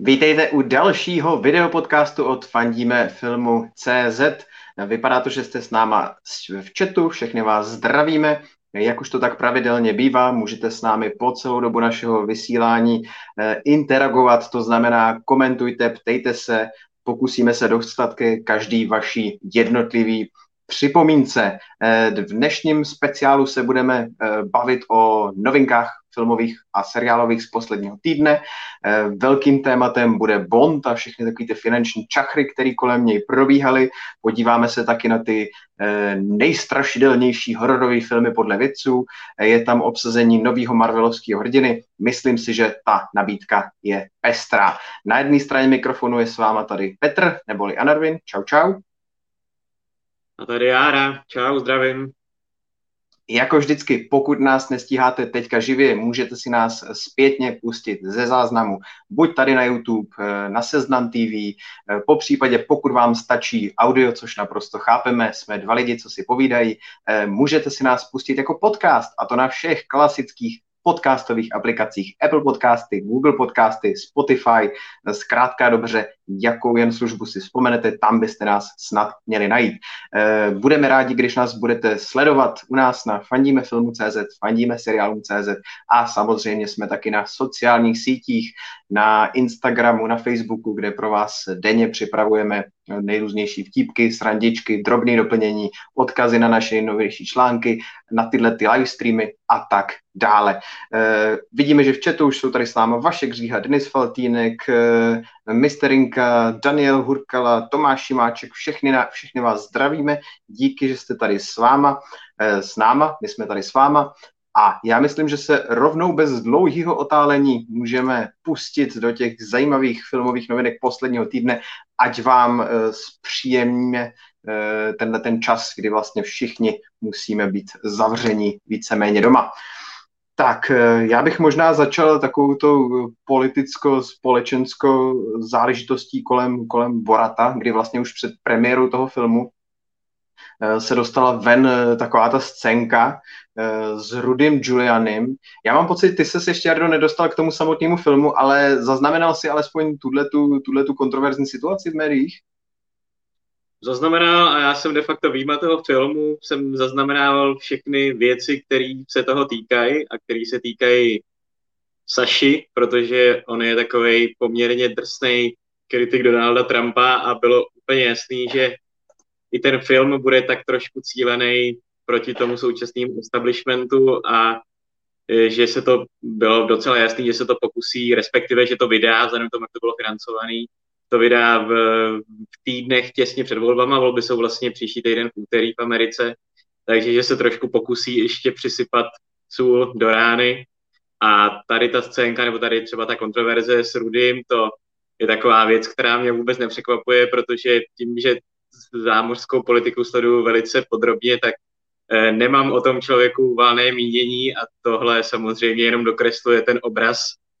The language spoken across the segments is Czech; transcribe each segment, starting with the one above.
Vítejte u dalšího videopodcastu od Fandíme filmu CZ. Vypadá to, že jste s náma v chatu, všechny vás zdravíme. Jak už to tak pravidelně bývá, můžete s námi po celou dobu našeho vysílání interagovat, to znamená komentujte, ptejte se, pokusíme se dostat ke každý vaší jednotlivý připomínce. V dnešním speciálu se budeme bavit o novinkách filmových a seriálových z posledního týdne. Velkým tématem bude Bond a všechny takové ty finanční čachry, které kolem něj probíhaly. Podíváme se taky na ty nejstrašidelnější hororové filmy podle vědců. Je tam obsazení nového marvelovského hrdiny. Myslím si, že ta nabídka je pestrá. Na jedné straně mikrofonu je s váma tady Petr, neboli Anarvin. Čau, čau. A tady Jára, čau, zdravím. Jako vždycky, pokud nás nestíháte teďka živě, můžete si nás zpětně pustit ze záznamu, buď tady na YouTube, na Seznam TV, po případě, pokud vám stačí audio, což naprosto chápeme, jsme dva lidi, co si povídají, můžete si nás pustit jako podcast, a to na všech klasických podcastových aplikacích Apple Podcasty, Google Podcasty, Spotify, zkrátka dobře, jakou jen službu si vzpomenete, tam byste nás snad měli najít. Budeme rádi, když nás budete sledovat u nás na Fandíme filmu.cz, Fandíme seriálům.cz a samozřejmě jsme taky na sociálních sítích, na Instagramu, na Facebooku, kde pro vás denně připravujeme nejrůznější vtípky, srandičky, drobné doplnění, odkazy na naše nejnovější články, na tyhle ty livestreamy a tak dále. Vidíme, že v chatu už jsou tady s námi Vašek Říha, Denis Faltýnek, Misterinka, Daniel Hurkala, Tomáš Šimáček, všechny vás zdravíme. Díky, že jste tady s náma, my jsme tady s váma. A já myslím, že se rovnou bez dlouhého otálení můžeme pustit do těch zajímavých filmových novinek posledního týdne, ať vám zpříjemníme tenhle ten čas, kdy vlastně všichni musíme být zavření víceméně doma. Tak, já bych možná začal takovouto politicko-společenskou záležitostí kolem Borata, kdy vlastně už před premiérou toho filmu se dostala ven taková ta scénka s Rudym Giulianim. Já mám pocit, ty ses ještě, Jardo, nedostal k tomu samotnému filmu, ale zaznamenal si alespoň tuhletu kontroverzní situaci v médiích? Zaznamenal a já jsem de facto výjima toho filmu, jsem zaznamenával všechny věci, které se toho týkají a které se týkají Saši, protože on je takovej poměrně drsnej kritik Donalda Trumpa a bylo úplně jasný, že i ten film bude tak trošku cílený proti tomu současnému establishmentu a že se to bylo docela jasný, že se to pokusí, respektive, že to vydá, vzhledem k tomu, jak to bylo financovaný, to vydá v týdnech těsně před volbama, volby jsou vlastně příští týden v úterý v Americe, takže že se trošku pokusí ještě přisypat sůl do rány a tady ta scénka, nebo tady třeba ta kontroverze s Rudym, to je taková věc, která mě vůbec nepřekvapuje, protože tím, že zámořskou politiku sleduju velice podrobně, tak nemám o tom člověku valné mínění a tohle samozřejmě jenom dokresluje ten obraz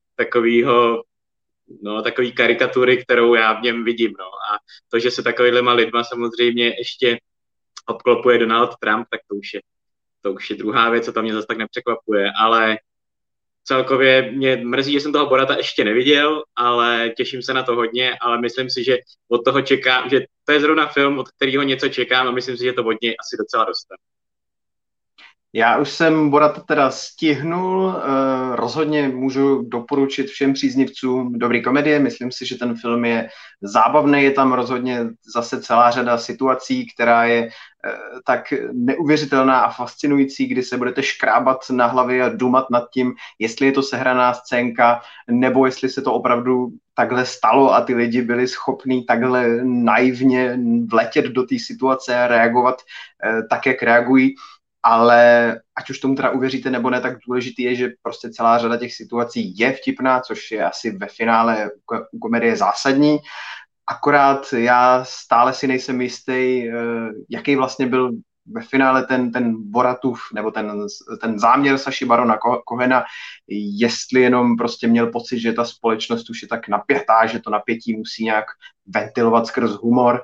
takový karikatury, kterou já v něm vidím. No. A to, že se takovýhlema lidma samozřejmě ještě obklopuje Donald Trump, tak to už je druhá věc, co tam mě zase tak nepřekvapuje, ale celkově mě mrzí, že jsem toho Borata ještě neviděl, ale těším se na to hodně, ale myslím si, že od toho čekám, že to je zrovna film, od kterého něco čekám a myslím si, že to od něj asi docela dostane. Já už jsem Borata teda stihnul, rozhodně můžu doporučit všem příznivcům dobrý komedie, myslím si, že ten film je zábavný, je tam rozhodně zase celá řada situací, která je tak neuvěřitelná a fascinující, kdy se budete škrábat na hlavě a dumat nad tím, jestli je to sehraná scénka, nebo jestli se to opravdu takhle stalo a ty lidi byli schopní takhle naivně vletět do té situace a reagovat tak, jak reagují. Ale ať už tomu teda uvěříte nebo ne, tak důležitý je, že prostě celá řada těch situací je vtipná, což je asi ve finále u komedie zásadní. Akorát já stále si nejsem jistý, jaký vlastně byl ve finále ten Boratův, nebo ten záměr Saši Barona Cohena, jestli jenom prostě měl pocit, že ta společnost už je tak napětá, že to napětí musí nějak ventilovat skrz humor,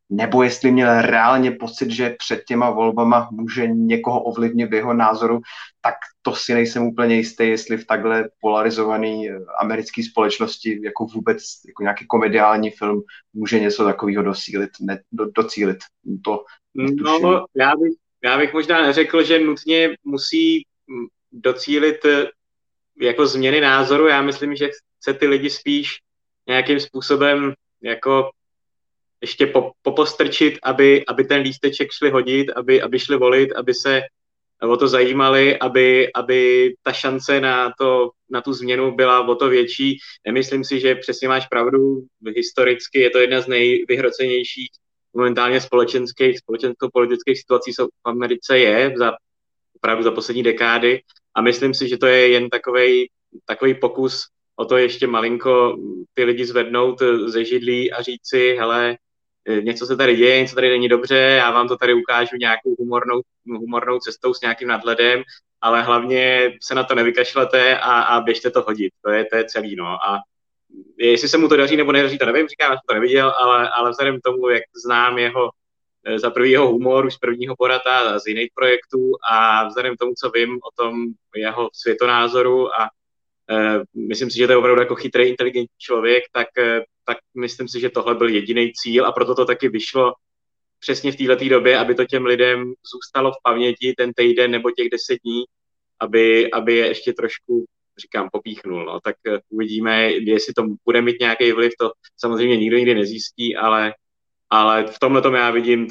nebo jestli měl reálně pocit, že před těma volbama může někoho ovlivnit v jeho názoru, tak to si nejsem úplně jistý, jestli v takhle polarizované americké společnosti jako vůbec jako nějaký komediální film může něco takového docílit. To netuším. No, já bych možná neřekl, že nutně musí docílit jako změny názoru. Já myslím, že chce ty lidi spíš nějakým způsobem jako ještě popostrčit, aby ten lísteček šli hodit, aby šli volit, aby se o to zajímali, aby ta šance na tu změnu byla o to větší. Nemyslím si, že přesně máš pravdu, historicky je to jedna z nejvyhrocenějších momentálně společensko-politických situací v Americe opravdu za poslední dekády a myslím si, že to je jen takový pokus o to ještě malinko ty lidi zvednout ze židlí a říct si, hele, něco se tady děje, něco tady není dobře, já vám to tady ukážu nějakou humornou cestou s nějakým nadhledem, ale hlavně se na to nevykašlete a běžte to hodit. To je celý, no. A jestli se mu to daří nebo nedaří, to nevím, říkám, já jsem to neviděl, ale vzhledem k tomu, jak znám za prvního humor už z prvního Borata a z jiných projektů a vzhledem k tomu, co vím o tom jeho světonázoru a myslím si, že to je opravdu jako chytrý, inteligentní člověk, tak myslím si, že tohle byl jediný cíl a proto to taky vyšlo přesně v této době, aby to těm lidem zůstalo v paměti ten týden nebo těch 10 dní, aby je ještě trošku, říkám, popíchnul. No. Tak uvidíme, jestli to bude mít nějaký vliv, to samozřejmě nikdo nikdy nezjistí, ale v tomhle tom já vidím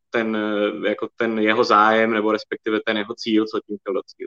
ten jeho zájem nebo respektive ten jeho cíl, co tím chtěl docílit.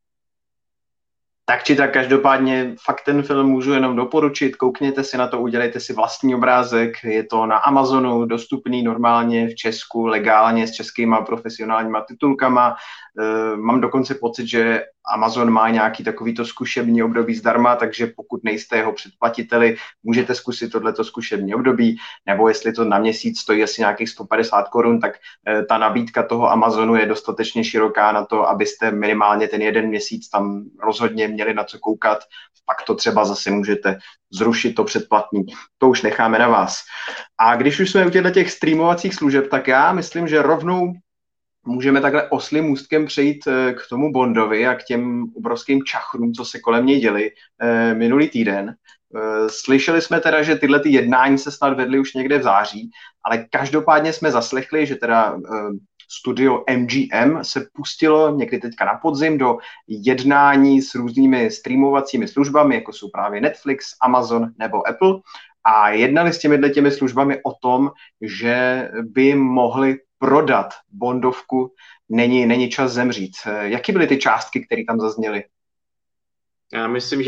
Tak či tak, každopádně fakt ten film můžu jenom doporučit, koukněte si na to, udělejte si vlastní obrázek, je to na Amazonu, dostupný normálně v Česku, legálně s českýma profesionálníma titulkama. Mám dokonce pocit, že Amazon má nějaký takovýto zkušební období zdarma, takže pokud nejste jeho předplatiteli, můžete zkusit tohleto zkušební období, nebo jestli to na měsíc stojí asi nějakých 150 korun, tak ta nabídka toho Amazonu je dostatečně široká na to, abyste minimálně ten jeden měsíc tam rozhodně měli na co koukat, pak to třeba zase můžete zrušit to předplatný. To už necháme na vás. A když už jsme u těch streamovacích služeb, tak já myslím, že rovnou můžeme takhle oslím můstkem přejít k tomu Bondovi a k těm obrovským čachrům, co se kolem něj děli minulý týden. Slyšeli jsme teda, že tyhle ty jednání se snad vedly už někde v září, ale každopádně jsme zaslechli, že teda studio MGM se pustilo někdy teďka na podzim do jednání s různými streamovacími službami, jako jsou právě Netflix, Amazon nebo Apple, a jednali s těmi službami o tom, že by mohli prodat Bondovku Není čas zemřít. Jaký byly ty částky, které tam zazněly? Já myslím,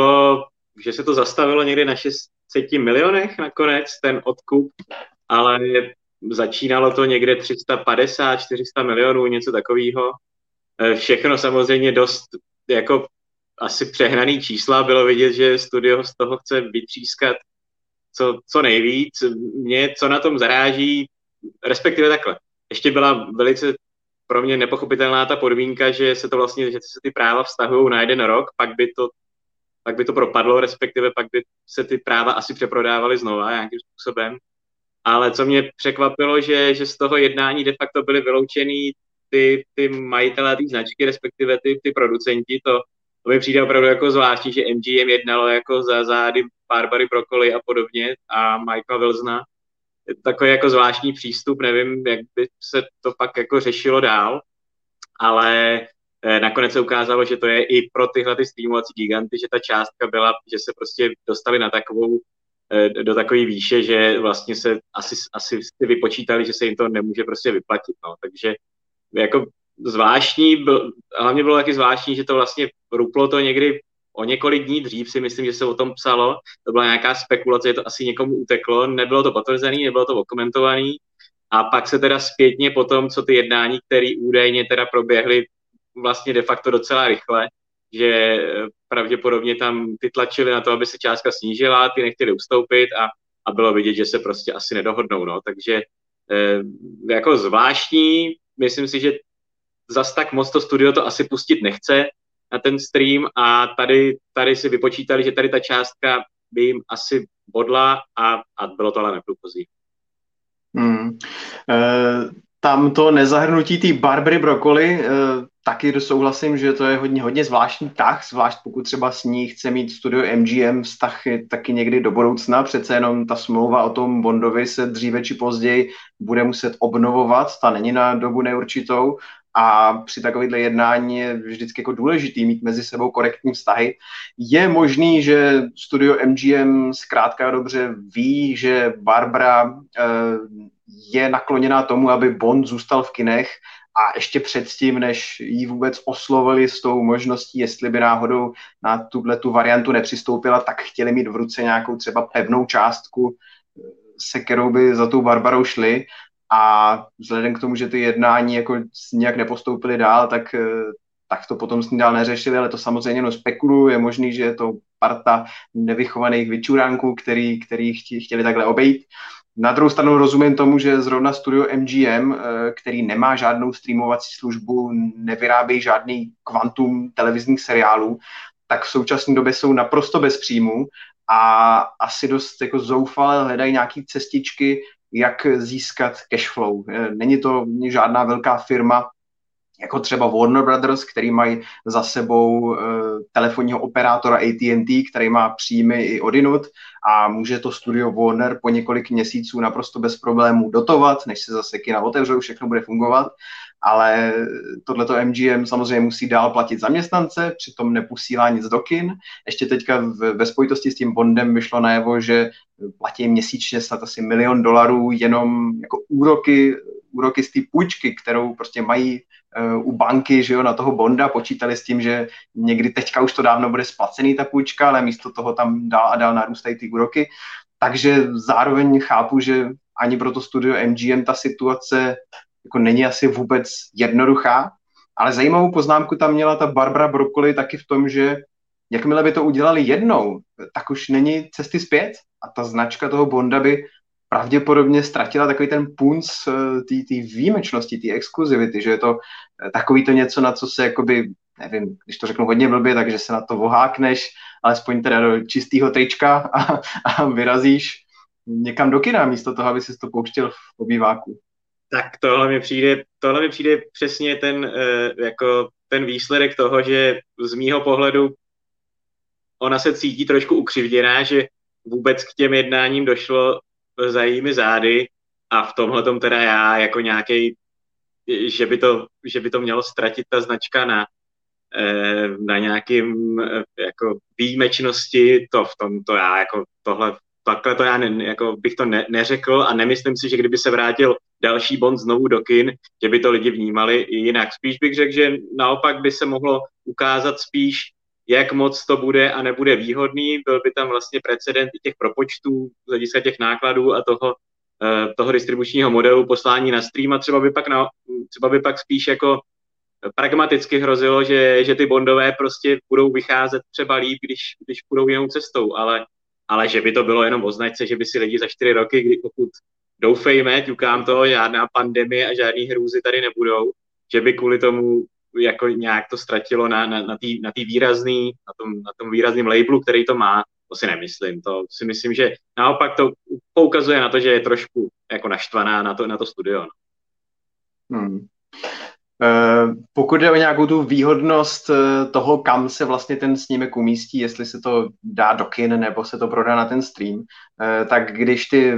že se to zastavilo někdy na 600 milionech nakonec, ten odkup, ale začínalo to někde 350, 400 milionů, něco takového. Všechno samozřejmě dost jako asi přehnaný čísla, bylo vidět, že studio z toho chce vytřískat co nejvíc. Mě co na tom zaráží, respektive takhle. Ještě byla velice pro mě nepochopitelná ta podmínka, že se ty práva vztahují na 1 rok, pak by to propadlo, respektive pak by se ty práva asi přeprodávaly znova nějakým způsobem. Ale co mě překvapilo, že z toho jednání de facto byly vyloučený ty majitelé té značky, respektive ty producenti. To mi přijde opravdu jako zvláštní, že MGM jednalo jako za zády Barbary Broccoli a podobně a Michaela Wilsona. Takový jako zvláštní přístup, nevím, jak by se to fakt jako řešilo dál, ale nakonec se ukázalo, že to je i pro tyhle ty streamovací giganty, že ta částka byla, že se prostě dostali do takové výše, že vlastně se asi si vypočítali, že se jim to nemůže prostě vyplatit, no. Takže jako zvláštní, hlavně bylo taky zvláštní, že to vlastně ruplo to někdy o několik dní dřív, si myslím, že se o tom psalo, to byla nějaká spekulace, že to asi někomu uteklo, nebylo to potvrzené, nebylo to okomentované a pak se teda zpětně po tom, co ty jednání, které údajně teda proběhly vlastně de facto docela rychle, že pravděpodobně tam ty tlačili na to, aby se částka snížila, ty nechtěli ustoupit a bylo vidět, že se prostě asi nedohodnou, no. Takže jako zvláštní, myslím si, že zas tak moc to studio to asi pustit nechce na ten stream a tady si vypočítali, že tady ta částka by jim asi bodla a bylo to ale neprůchozí. Hmm. Tam to nezahrnutí té Barbery Broccoli, taky souhlasím, že to je hodně zvláštní tah, zvlášť pokud třeba s ní chce mít studio MGM vztah taky někdy do budoucna, přece jenom ta smlouva o tom Bondovi se dříve či později bude muset obnovovat, ta není na dobu neurčitou a při takovéhle jednání je vždycky jako důležitý mít mezi sebou korektní vztahy. Je možný, že studio MGM zkrátka dobře ví, že Barbara je nakloněná tomu, aby Bond zůstal v kinech a ještě předtím, než jí vůbec oslovili s tou možností, jestli by náhodou na tu variantu nepřistoupila, tak chtěli mít v ruce nějakou třeba pevnou částku, se kterou by za tou Barbarou šli. A vzhledem k tomu, že ty jednání jako nějak nepostoupily dál, tak to potom s ní dál neřešili, ale to samozřejmě jenom spekuluju, je možný, že je to parta nevychovaných vyčuránků, který chtěli takhle obejít. Na druhou stranu rozumím tomu, že zrovna studio MGM, který nemá žádnou streamovací službu, nevyrábějí žádný kvantum televizních seriálů, tak v současné době jsou naprosto bez příjmu a asi dost jako zoufale hledají nějaké cestičky, jak získat cashflow. Není to žádná velká firma, jako třeba Warner Brothers, který mají za sebou telefonního operátora AT&T, který má příjmy i odinut a může to studio Warner po několik měsíců naprosto bez problémů dotovat, než se zase kina otevřou, všechno bude fungovat, ale tohleto MGM samozřejmě musí dál platit zaměstnance, přitom neposílá nic do kin. Ještě teďka ve spojitosti s tím Bondem vyšlo najevo, že platí měsíčně snad asi $1 milion jenom jako úroky z té půjčky, kterou prostě mají u banky, že jo, na toho Bonda, počítali s tím, že někdy teďka už to dávno bude splacený ta půjčka, ale místo toho tam dál a dál narůstají ty úroky. Takže zároveň chápu, že ani pro to studio MGM ta situace jako není asi vůbec jednoduchá, ale zajímavou poznámku tam měla ta Barbara Broccoli taky v tom, že jakmile by to udělali jednou, tak už není cesty zpět a ta značka toho Bonda by pravděpodobně ztratila takový ten punc té výjimečnosti, té exkluzivity, že je to takový to něco, na co se jakoby, nevím, když to řeknu hodně blbě, takže se na to vohákneš, alespoň teda do čistého trička a vyrazíš někam do kina, místo toho, aby si to pouštěl v obýváku. Tak tohle mi přijde přesně ten výsledek toho, že z mýho pohledu ona se cítí trošku ukřivděná, že vůbec k těm jednáním došlo za jejími zády a v tomhletom teda já jako nějaký, že by to mělo ztratit ta značka na nějakým jako výjimečnosti, to já jako tohle, takhle to já jako bych to neřekl a nemyslím si, že kdyby se vrátil další Bond znovu do kin, že by to lidi vnímali i jinak. Spíš bych řekl, že naopak by se mohlo ukázat spíš, jak moc to bude a nebude výhodný. Byl by tam vlastně precedent i těch propočtů z hlediska těch nákladů a toho distribučního modelu poslání na stream a třeba by pak spíš jako pragmaticky hrozilo, že ty Bondové prostě budou vycházet třeba líp, když půjdou jinou cestou, ale že by to bylo jenom o značce, že by si lidi za 4 roky, kdy pokud doufejme, ťukám to, žádná pandemie a žádný hrůzy tady nebudou, že by kvůli tomu jako nějak to ztratilo na tom výrazným labelu, který to má, to si nemyslím. To si myslím, že naopak to poukazuje na to, že je trošku jako naštvaná na to studio. No. Pokud jde o nějakou tu výhodnost toho, kam se vlastně ten snímek umístí, jestli se to dá do kin nebo se to prodá na ten stream, tak když ty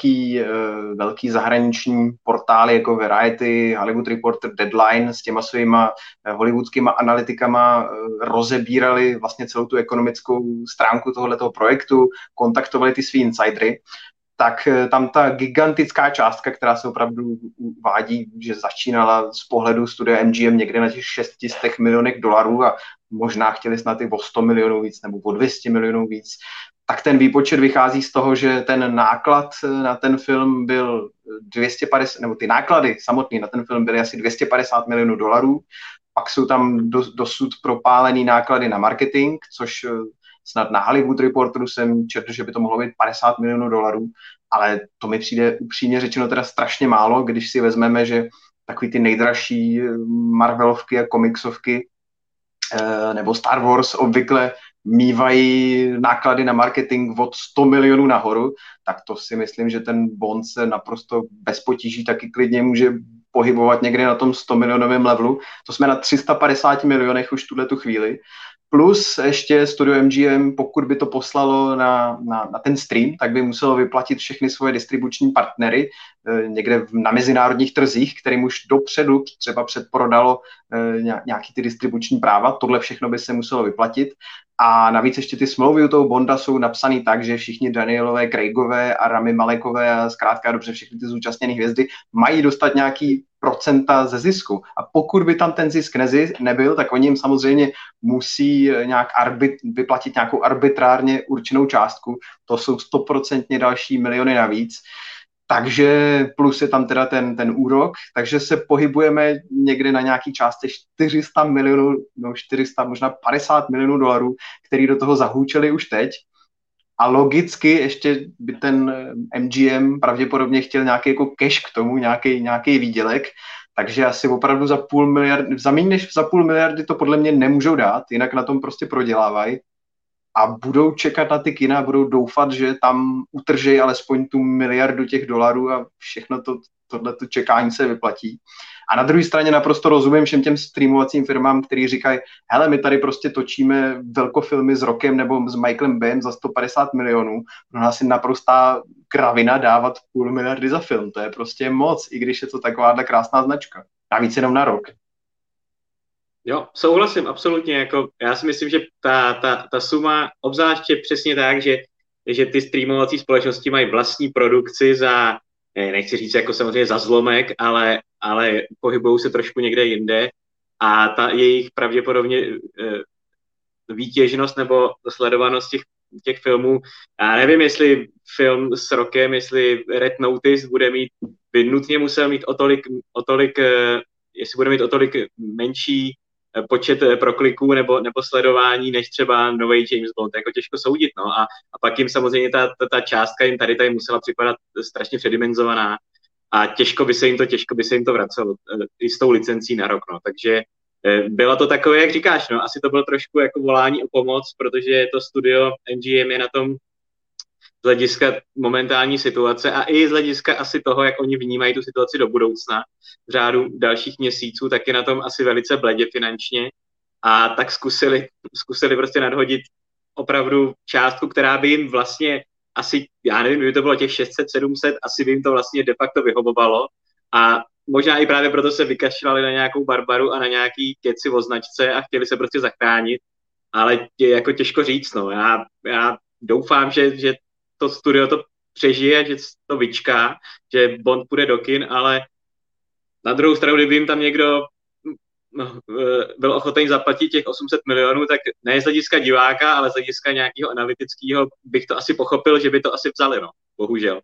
velký zahraniční portály jako Variety, Hollywood Reporter, Deadline s těma svýma hollywoodskýma analytikama rozebírali vlastně celou tu ekonomickou stránku tohoto projektu, kontaktovali ty svý insidery, tak tam ta gigantická částka, která se opravdu uvádí, že začínala z pohledu studia MGM někde na těch $600 milionech a možná chtěli snad i o 100 milionů víc nebo o 200 milionů víc, tak ten výpočet vychází z toho, že ten náklad na ten film byl 250, nebo ty náklady samotný na ten film byly asi $250 milionů, pak jsou tam dosud propálený náklady na marketing, což snad na Hollywood Reporteru jsem četl, že by to mohlo být $50 milionů, ale to mi přijde upřímně řečeno teda strašně málo, když si vezmeme, že takový ty nejdražší Marvelovky a komiksovky nebo Star Wars obvykle mívají náklady na marketing od 100 milionů nahoru, tak to si myslím, že ten Bond se naprosto bez potíží taky klidně může pohybovat někde na tom 100 milionovém levelu. To jsme na 350 milionech už tuhle tu chvíli. Plus ještě Studio MGM, pokud by to poslalo na ten stream, tak by muselo vyplatit všechny svoje distribuční partnery někde na mezinárodních trzích, kterým už dopředu třeba předprodalo nějaký ty distribuční práva. Tohle všechno by se muselo vyplatit. A navíc ještě ty smlouvy u toho Bonda jsou napsané tak, že všichni Danielové, Craigové a Rami Malekové a zkrátka dobře všechny ty zúčastněné hvězdy mají dostat nějaký procenta ze zisku. A pokud by tam ten zisk nebyl, tak oni jim samozřejmě musí nějak vyplatit nějakou arbitrárně určenou částku. To jsou 100% další miliony navíc. Takže plus je tam teda ten úrok, takže se pohybujeme někde na nějaký částce 400 milionů, no 400, možná 50 milionů dolarů, který do toho zahůčeli už teď. A logicky ještě by ten MGM pravděpodobně chtěl nějaký jako cash k tomu, nějaký výdělek, takže asi opravdu za méně než za půl miliardy to podle mě nemůžou dát, jinak na tom prostě prodělávají. A budou čekat na ty kina, budou doufat, že tam utržejí alespoň tu miliardu těch dolarů a všechno tohleto čekání se vyplatí. A na druhé straně naprosto rozumím všem těm streamovacím firmám, který říkají, hele, my tady prostě točíme velkofilmy s Rockem nebo s Michaelem Bayem za 150 milionů. Pro nás je naprostá kravina dávat půl miliardy za film. To je prostě moc, i když je to takováhle krásná značka. Navíc jenom na rok. Jo, souhlasím, absolutně. Jako, já si myslím, že ta suma, obzvláště přesně tak, že ty streamovací společnosti mají vlastní produkci za, nechci říct jako samozřejmě za zlomek, ale pohybují se trošku někde jinde a ta jejich pravděpodobně výtěžnost nebo sledovanost těch filmů, já nevím, jestli film s Rockem, jestli Red Notice by nutně musel mít jestli bude mít o tolik menší počet prokliků nebo sledování, než třeba nový James Bond, jako těžko soudit, no. A pak jim samozřejmě ta částka jim tady musela připadat strašně předimenzovaná a těžko by se jim to vracelo i s tou licencí na rok, no. Takže bylo to takové, jak říkáš, no, asi to bylo trošku jako volání o pomoc, protože to studio MGM je na tom z hlediska momentální situace a i z hlediska asi toho, jak oni vnímají tu situaci do budoucna v řádu dalších měsíců, tak je na tom asi velice bledě finančně a tak zkusili prostě nadhodit opravdu částku, která by jim vlastně asi, já nevím, kdyby to bylo těch 600-700, asi by jim to vlastně de facto vyhovovalo a možná i právě proto se vykašlali na nějakou Barbaru a na nějaký keci o značce a chtěli se prostě zachránit, ale je jako těžko říct, no. Já doufám, že to studio to přežije, že to vyčká, že Bond půjde do kin, ale na druhou stranu, kdyby jim tam někdo byl ochoten zaplatit těch 800 milionů, tak ne z hlediska diváka, ale z hlediska nějakého analytického bych to asi pochopil, že by to asi vzali, no. Bohužel.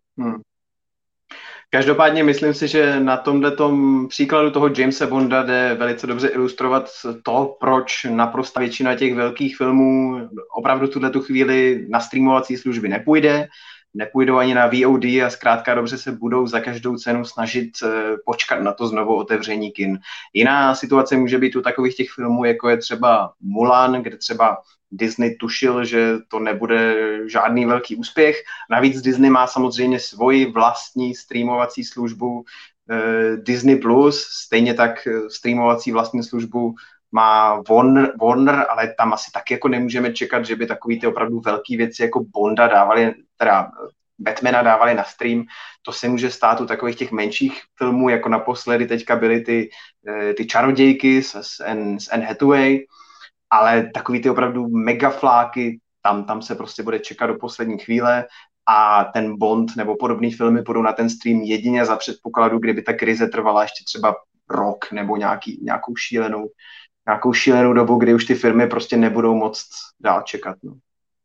Každopádně myslím si, že na tomhletom příkladu toho Jamesa Bonda jde velice dobře ilustrovat to, proč naprosto většina těch velkých filmů opravdu tu chvíli na streamovací služby nepůjdou ani na VOD a zkrátka dobře se budou za každou cenu snažit počkat na to znovu otevření kin. Jiná situace může být u takových těch filmů, jako je třeba Mulan, kde třeba Disney tušil, že to nebude žádný velký úspěch. Navíc Disney má samozřejmě svoji vlastní streamovací službu Disney+, stejně tak streamovací vlastní službu má Warner, ale tam asi taky jako nemůžeme čekat, že by takový ty opravdu velký věci jako Bonda dávali, teda Batmana dávali na stream. To se může stát u takových těch menších filmů, jako naposledy teďka byly ty Čarodějky s Anne Hathaway, ale takový ty opravdu megafláky, tam se prostě bude čekat do poslední chvíle a ten Bond nebo podobné filmy půjdou na ten stream jedině za předpokladu, kdyby ta krize trvala ještě třeba rok nebo nějakou šílenou dobu, kdy už ty firmy prostě nebudou moct dál čekat. No.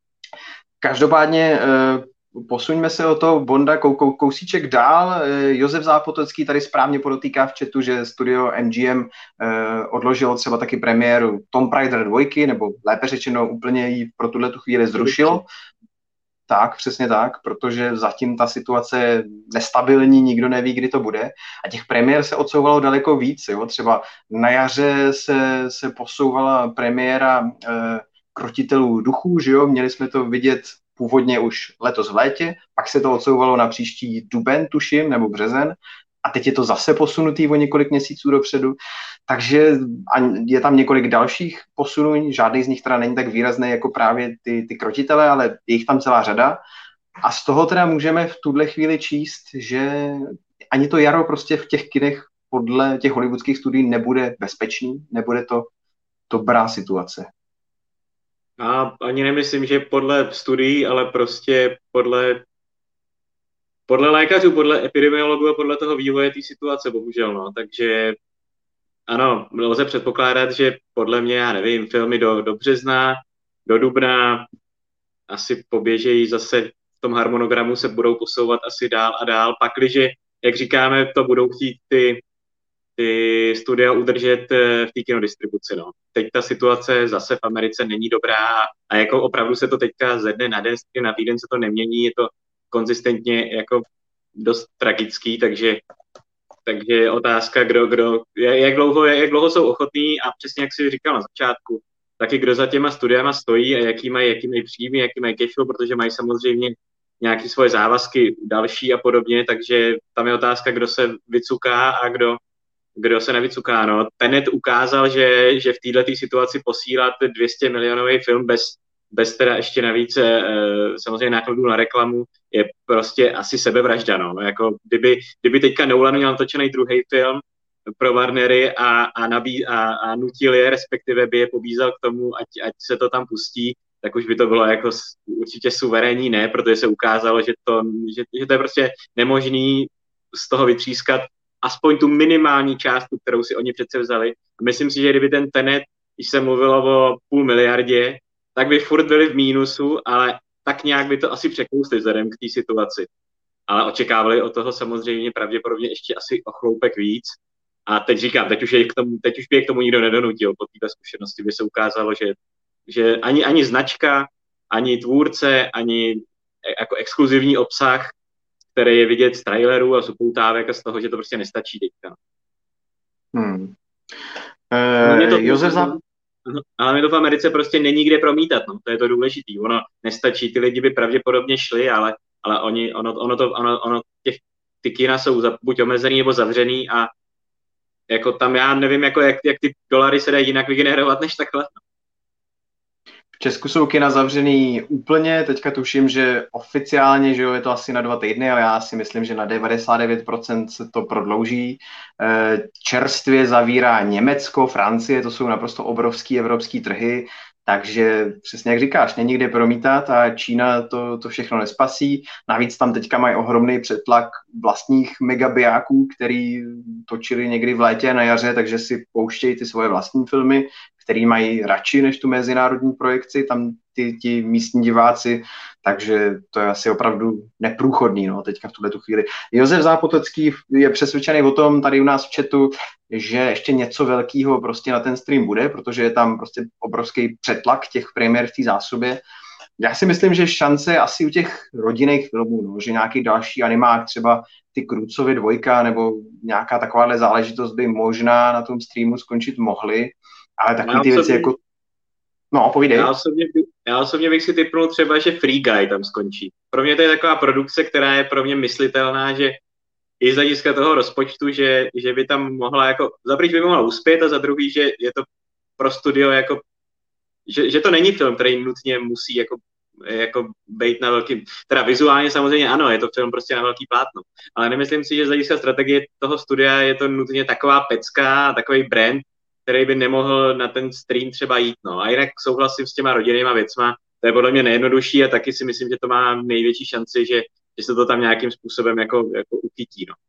Každopádně posuňme se o toho Bonda kousíček dál. Josef Zápotocký tady správně podotýká v chatu, že studio MGM odložilo třeba taky premiéru Tomb Raider 2, nebo lépe řečeno úplně ji pro tuhletu chvíli zrušilo. Tak, přesně tak, protože zatím ta situace je nestabilní, nikdo neví, kdy to bude. A těch premiér se odsouvalo daleko víc. Jo? Třeba na jaře se posouvala premiéra Krotitelů duchů, že jo, měli jsme to vidět původně už letos v létě, pak se to odsouvalo na příští duben, tuším, nebo březen, a teď je to zase posunutý o několik měsíců dopředu, takže je tam několik dalších posunů, žádný z nich teda není tak výrazný jako právě ty krotitele, ale je jich tam celá řada. A z toho teda můžeme v tuhle chvíli číst, že ani to jaro prostě v těch kinech podle těch hollywoodských studií nebude bezpečný, nebude to dobrá situace. A ani nemyslím, že podle studií, ale prostě podle lékařů, podle epidemiologů a podle toho vývoje té situace, bohužel, no. Takže ano, lze předpokládat, že podle mě, já nevím, filmy do března, do dubna asi poběžejí zase v tom harmonogramu, se budou posouvat asi dál a dál, pakliže, jak říkáme, to budou chtít ty studia udržet v té kinodistribuci. No. Teď ta situace zase v Americe není dobrá a jako opravdu se to teďka ze dne na den, na týden se to nemění, je to konzistentně jako dost tragický, takže otázka, jak dlouho jsou ochotní a přesně jak jsi říkal na začátku, taky kdo za těma studiama stojí a jaký mají příjmy, jaký mají cash flow, protože mají samozřejmě nějaké svoje závazky další a podobně, takže tam je otázka, kdo se vycuká a kdo se nevycuká. No. Tenet ukázal, že v této situaci posílat 200 milionový film bez teda ještě navíc samozřejmě nákladů na reklamu je prostě asi sebevražda. No. Jako kdyby teďka Nolan měl natočený druhý film pro Warnery a nutil je, respektive by je pobízal k tomu, ať se to tam pustí, tak už by to bylo jako určitě suverénní ne, protože se ukázalo, že to je prostě nemožný z toho vytřískat aspoň tu minimální částku, kterou si oni přece vzali. A myslím si, že kdyby ten Tenet, když se mluvilo o 500 miliardě, tak by furt byli v mínusu, ale tak nějak by to asi překousli vzhledem k té situaci. Ale očekávali od toho samozřejmě pravděpodobně ještě asi o chloupek víc. A teď říkám, teď už by je k tomu nikdo nedonutil. Po této zkušenosti by se ukázalo, že ani značka, ani tvůrce, ani jako exkluzivní obsah, který je vidět z trailerů a z upoutávek a z toho, že to prostě nestačí teďka. Ale mě to v Americe prostě není kde promítat, no. To je to důležitý. Ono nestačí, ty lidi by pravděpodobně šli, ale ty kina jsou buď omezený nebo zavřený a jako tam já nevím, jako jak ty dolary se dají jinak vygenerovat než takhle. V Česku jsou kina zavřený úplně, teďka tuším, že oficiálně, že jo, je to asi na 2 týdny, ale já si myslím, že na 99% se to prodlouží. Čerstvě zavírá Německo, Francie, to jsou naprosto obrovský evropský trhy, takže přesně jak říkáš, není kde promítat a Čína to všechno nespasí. Navíc tam teďka mají ohromný přetlak vlastních megabijáků, který točili někdy v létě a na jaře, takže si pouštějí ty svoje vlastní filmy, který mají radši než tu mezinárodní projekci, tam ti místní diváci, takže to je asi opravdu neprůchodný, no, teďka v tuhletu chvíli. Josef Zápotocký je přesvědčený o tom tady u nás v chatu, že ještě něco velkého prostě na ten stream bude, protože je tam prostě obrovský přetlak těch premiér v té zásobě. Já si myslím, že šance asi u těch rodinných filmů, no, že nějaký další animák, třeba ty Krucovy 2 nebo nějaká takováhle záležitost by možná na tom streamu skončit mohly, ale takový ty věci jako... No, povídej. Já osobně bych si tipnul třeba, že Free Guy tam skončí. Pro mě to je taková produkce, která je pro mě myslitelná, že i z hlediska toho rozpočtu, že by tam mohla jako... Za první by mohla uspět a za druhý, že je to pro studio jako... Že to není film, který nutně musí jako být na velký... Teda vizuálně samozřejmě ano, je to film prostě na velký plátno. Ale nemyslím si, že z hlediska strategie toho studia je to nutně taková pecka, takový brand, který by nemohl na ten stream třeba jít. No. A jinak souhlasím s těma rodinnýma věcma, to je podle mě nejjednodušší a taky si myslím, že to má největší šanci, že se to tam nějakým způsobem jako uchytí. No.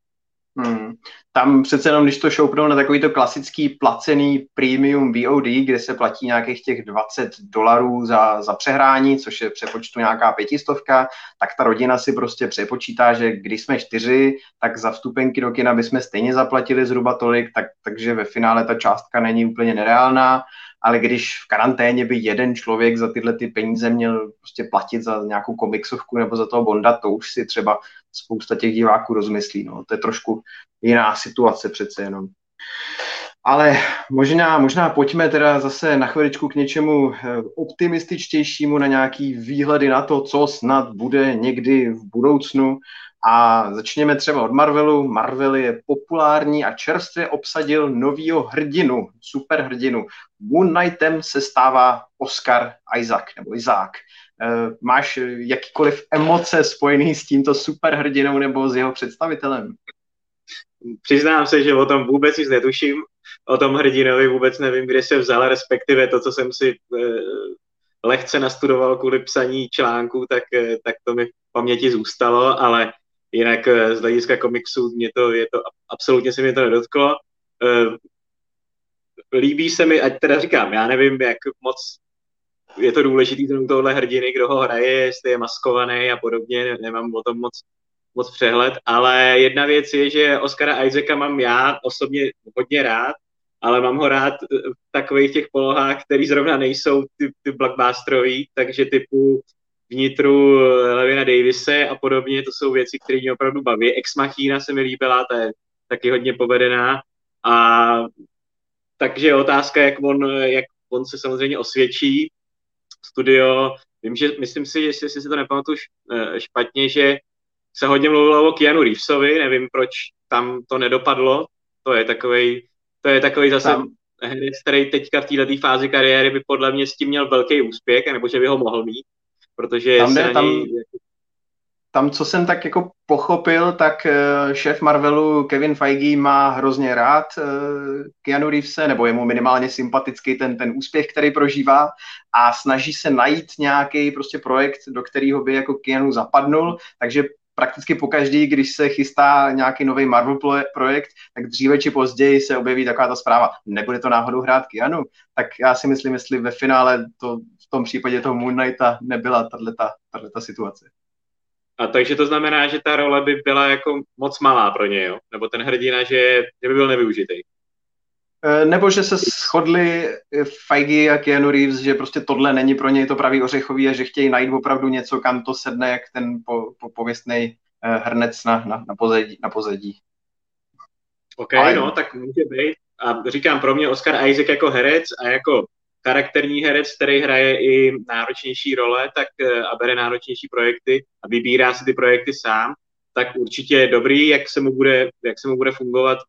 Tam přece jenom, když to šoupnou na takovýto klasický placený premium VOD, kde se platí nějakých těch $20 za přehrání, což je přepočtu nějaká 500, tak ta rodina si prostě přepočítá, že když jsme 4, tak za vstupenky do kina bychom stejně zaplatili zhruba tolik, takže ve finále ta částka není úplně nereálná, ale když v karanténě by jeden člověk za tyhle ty peníze měl prostě platit za nějakou komiksovku nebo za toho Bonda, to už si třeba spousta těch diváků rozmyslí. No. To je trošku jiná situace přece jenom. Ale možná pojďme teda zase na chviličku k něčemu optimističtějšímu, na nějaký výhledy na to, co snad bude někdy v budoucnu. A začněme třeba od Marvelu. Marvel je populární a čerstvě obsadil novýho hrdinu, superhrdinu. Moon Knightem se stává Oscar Isaac, nebo Izák. Máš jakýkoliv emoce spojený s tímto superhrdinou nebo s jeho představitelem? Přiznám se, že o tom vůbec nic netuším. O tom hrdinovi vůbec nevím, kde se vzal, respektive to, co jsem si lehce nastudoval kvůli psaní článků, tak to mi v paměti zůstalo, ale jinak z hlediska komiksu absolutně se mě to nedotklo. Líbí se mi, ať teda říkám, já nevím, jak moc je to důležitý tohle hrdiny, kdo ho hraje, jestli je maskovaný a podobně, nemám o tom moc přehled, ale jedna věc je, že Oscara Isaaca mám já osobně hodně rád, ale mám ho rád v takových těch polohách, které zrovna nejsou ty blockbusterový, takže typu Vnitru Levina Davise a podobně, to jsou věci, které mě opravdu baví. Ex Machina se mi líbila, ta je taky hodně povedená a takže otázka, jak on se samozřejmě osvědčí. Studio, myslím si, že jestli si to nepamatuju špatně, že se hodně mluvilo o Keanu Reevesovi, nevím, proč tam to nedopadlo, to je takovej zase herec, který teďka v této fázi kariéry by podle mě s tím měl velký úspěch, nebo že by ho mohl mít, protože tam, co jsem tak jako pochopil, tak šéf Marvelu Kevin Feige má hrozně rád Keanu Reevese, nebo je mu minimálně sympatický ten úspěch, který prožívá a snaží se najít nějaký prostě projekt, do kterého by jako Keanu zapadnul, takže prakticky pokaždý, když se chystá nějaký nový Marvel projekt, tak dříve či později se objeví taková ta zpráva, nebude to náhodou hrát Keanu, tak já si myslím, jestli ve finále to v tom případě toho Moon Knighta nebyla tato situace. A takže to znamená, že ta role by byla jako moc malá pro něj, jo? Nebo ten hrdina, že by byl nevyužitý. Nebo že se shodli Feige a Keanu Reeves, že prostě tohle není pro něj to pravý ořechový a že chtějí najít opravdu něco, kam to sedne, jak ten pověstný hrnec na pozadí. OK, no, tak může být. A říkám, pro mě Oscar Isaac jako herec a jako charakterní herec, který hraje i náročnější role, tak a bere náročnější projekty a vybírá si ty projekty sám, tak určitě je dobrý, jak se mu bude fungovat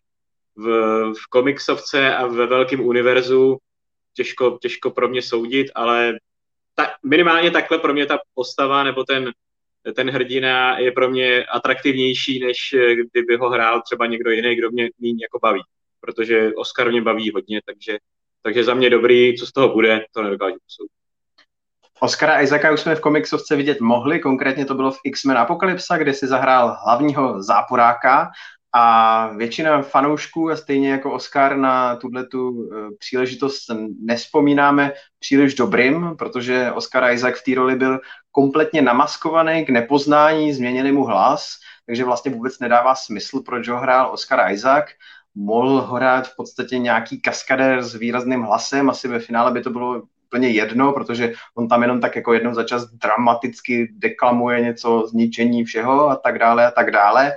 v komiksovce a ve velkém univerzu. Těžko pro mě soudit, ale minimálně takhle pro mě ta postava nebo ten hrdina je pro mě atraktivnější, než kdyby ho hrál třeba někdo jiný, kdo mě méně jako baví. Protože Oscar mě baví hodně, takže za mě dobrý, co z toho bude, to nedokážu posoudit. Oscara Isaaca už jsme v komiksovce vidět mohli, konkrétně to bylo v X-Men Apokalypsa, kde si zahrál hlavního záporáka a většina fanoušků a stejně jako Oscar na tuhletu příležitost nespomínáme příliš dobrým, protože Oscar Isaac v té roli byl kompletně namaskovaný k nepoznání, změnili mu hlas, takže vlastně vůbec nedává smysl, proč ho hrál Oscar Isaac. Mohl ho hrát v podstatě nějaký kaskadér s výrazným hlasem, asi ve finále by to bylo úplně jedno, protože on tam jenom tak jako jednou za čas dramaticky deklamuje něco, zničení všeho a tak dále a tak dále.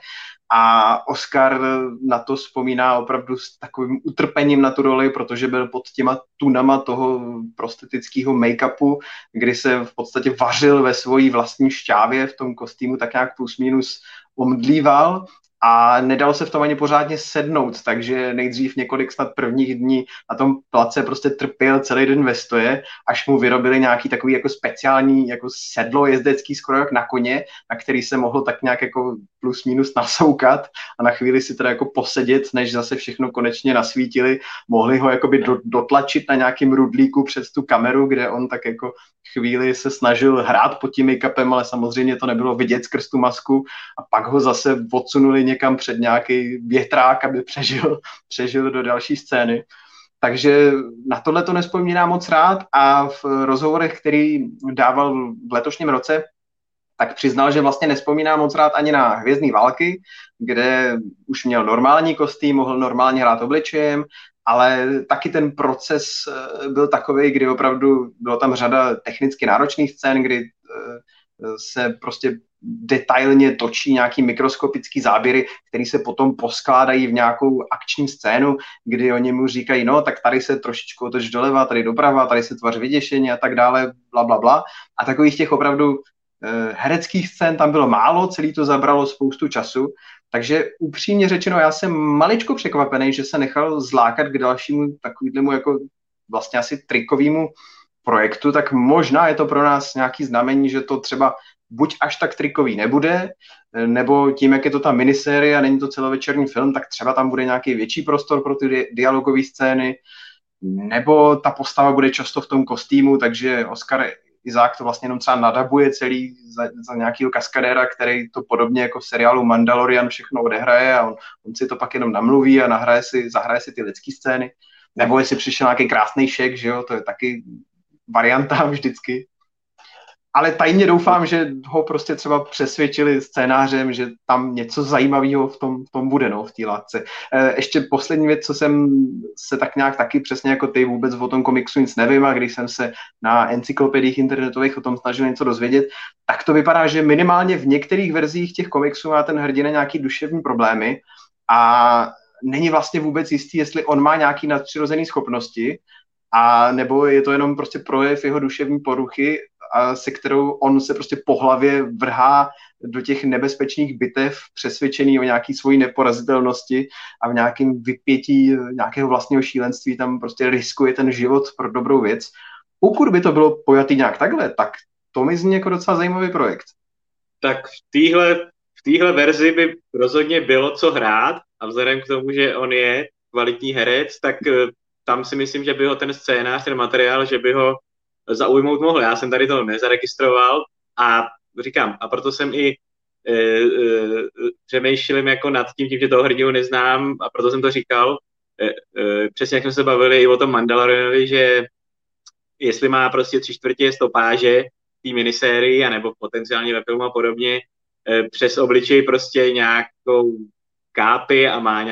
A Oscar na to vzpomíná opravdu s takovým utrpením na tu roli, protože byl pod těma tunama toho prostetického make-upu, kdy se v podstatě vařil ve svojí vlastní šťávě v tom kostýmu, tak nějak plus minus omdlíval a nedal se v tom ani pořádně sednout, takže nejdřív několik snad prvních dní na tom place prostě trpěl celý den ve stoje, až mu vyrobili nějaký takový jako speciální jako sedlo jezdecký skoro jak na koně, na který se mohlo tak nějak jako plus minus nasoukat a na chvíli si teda jako posedět, než zase všechno konečně nasvítili, mohli ho jakoby dotlačit na nějakým rudlíku před tu kameru, kde on tak jako chvíli se snažil hrát pod tím make-upem, ale samozřejmě to nebylo vidět skrz tu masku a pak ho zase odsunuli někam před nějaký větrák, aby přežil do další scény. Takže na tohle to nevzpomínám moc rád a v rozhovorech, který dával v letošním roce, tak přiznal, že vlastně nevzpomíná moc rád ani na Hvězdný války, kde už měl normální kostým, mohl normálně hrát obličejem, ale taky ten proces byl takový, kdy opravdu bylo tam řada technicky náročných scén, kdy se prostě detailně točí nějaký mikroskopický záběry, které se potom poskládají v nějakou akční scénu, kdy oni mu říkají, no tak tady se trošičku otoč doleva, tady doprava, tady se tvař vyděšení a tak dále, bla, bla, bla. A takových těch opravdu hereckých scén tam bylo málo, celý to zabralo spoustu času, takže upřímně řečeno, já jsem maličko překvapený, že se nechal zlákat k dalšímu takovému jako vlastně asi trikovému projektu, tak možná je to pro nás nějaký znamení, že to třeba buď až tak trikový nebude, nebo tím, jak je to ta minisérie a není to celovečerní film, tak třeba tam bude nějaký větší prostor pro ty dialogové scény, nebo ta postava bude často v tom kostýmu, takže Oscar Isaac to vlastně jenom třeba nadabuje celý za nějakého kaskadéra, který to podobně jako v seriálu Mandalorian všechno odehraje a on si to pak jenom namluví a zahraje si ty lidský scény. Nebo jestli přišel nějaký krásný šek, že jo, to je taky varianta vždycky. Ale tajně doufám, že ho prostě třeba přesvědčili scénářem, že tam něco zajímavého v tom bude, no, v té látce. Ještě poslední věc, co jsem se tak nějak taky přesně jako ty vůbec o tom komiksu nic nevím, a když jsem se na encyklopediích internetových o tom snažil něco dozvědět, tak to vypadá, že minimálně v některých verzích těch komiksů má ten hrdina nějaký duševní problémy a není vlastně vůbec jistý, jestli on má nějaký nadpřirozený schopnosti, a nebo je to jenom prostě projev jeho duševní poruchy, a se kterou on se prostě po hlavě vrhá do těch nebezpečných bitev, přesvědčený o nějaký svojí neporazitelnosti a v nějakém vypětí nějakého vlastního šílenství tam prostě riskuje ten život pro dobrou věc. Pokud by to bylo pojatý nějak takhle, tak to mi zní jako docela zajímavý projekt. Tak v téhle verzi by rozhodně bylo co hrát a vzhledem k tomu, že on je kvalitní herec, tak tam si myslím, že by ho ten scénář, ten materiál, že by ho zaujmout mohl. Já jsem tady to nezaregistroval a říkám, a proto jsem i přemýšlím jako nad tím, že toho hrdinu neznám a proto jsem to říkal. Přesně jak jsme se bavili i o tom Mandalorianovi, že jestli má prostě 3/4 stopáže té minisérii, anebo potenciálně ve filmu a podobně, přes obličej prostě nějakou kápy a má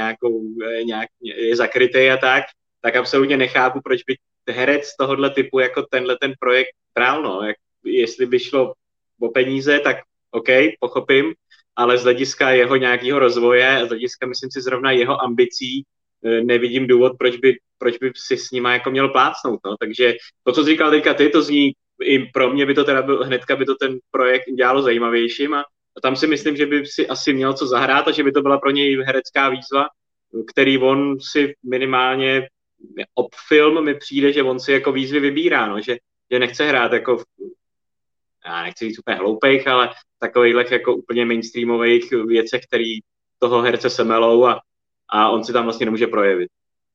je zakrytý a tak absolutně nechápu, proč by herec tohohle typu jako tenhle ten projekt bral, no. Jestli by šlo o peníze, tak OK, pochopím, ale z hlediska jeho nějakého rozvoje a z hlediska, myslím si, zrovna jeho ambicí nevidím důvod, proč by si s nima jako měl plácnout, no. Takže to, co jsi říkal teďka ty, to zní, i pro mě by to teda hnedka by to ten projekt udělalo zajímavějším a tam si myslím, že by si asi měl co zahrát a že by to byla pro něj herecká výzva, který on si minimálně film mi přijde, že on si jako výzvy vybírá, no, že nechce hrát jako já nechci říct úplně hloupejch, ale takových jako úplně mainstreamových věcech, který toho herce semelou a on si tam vlastně nemůže projevit.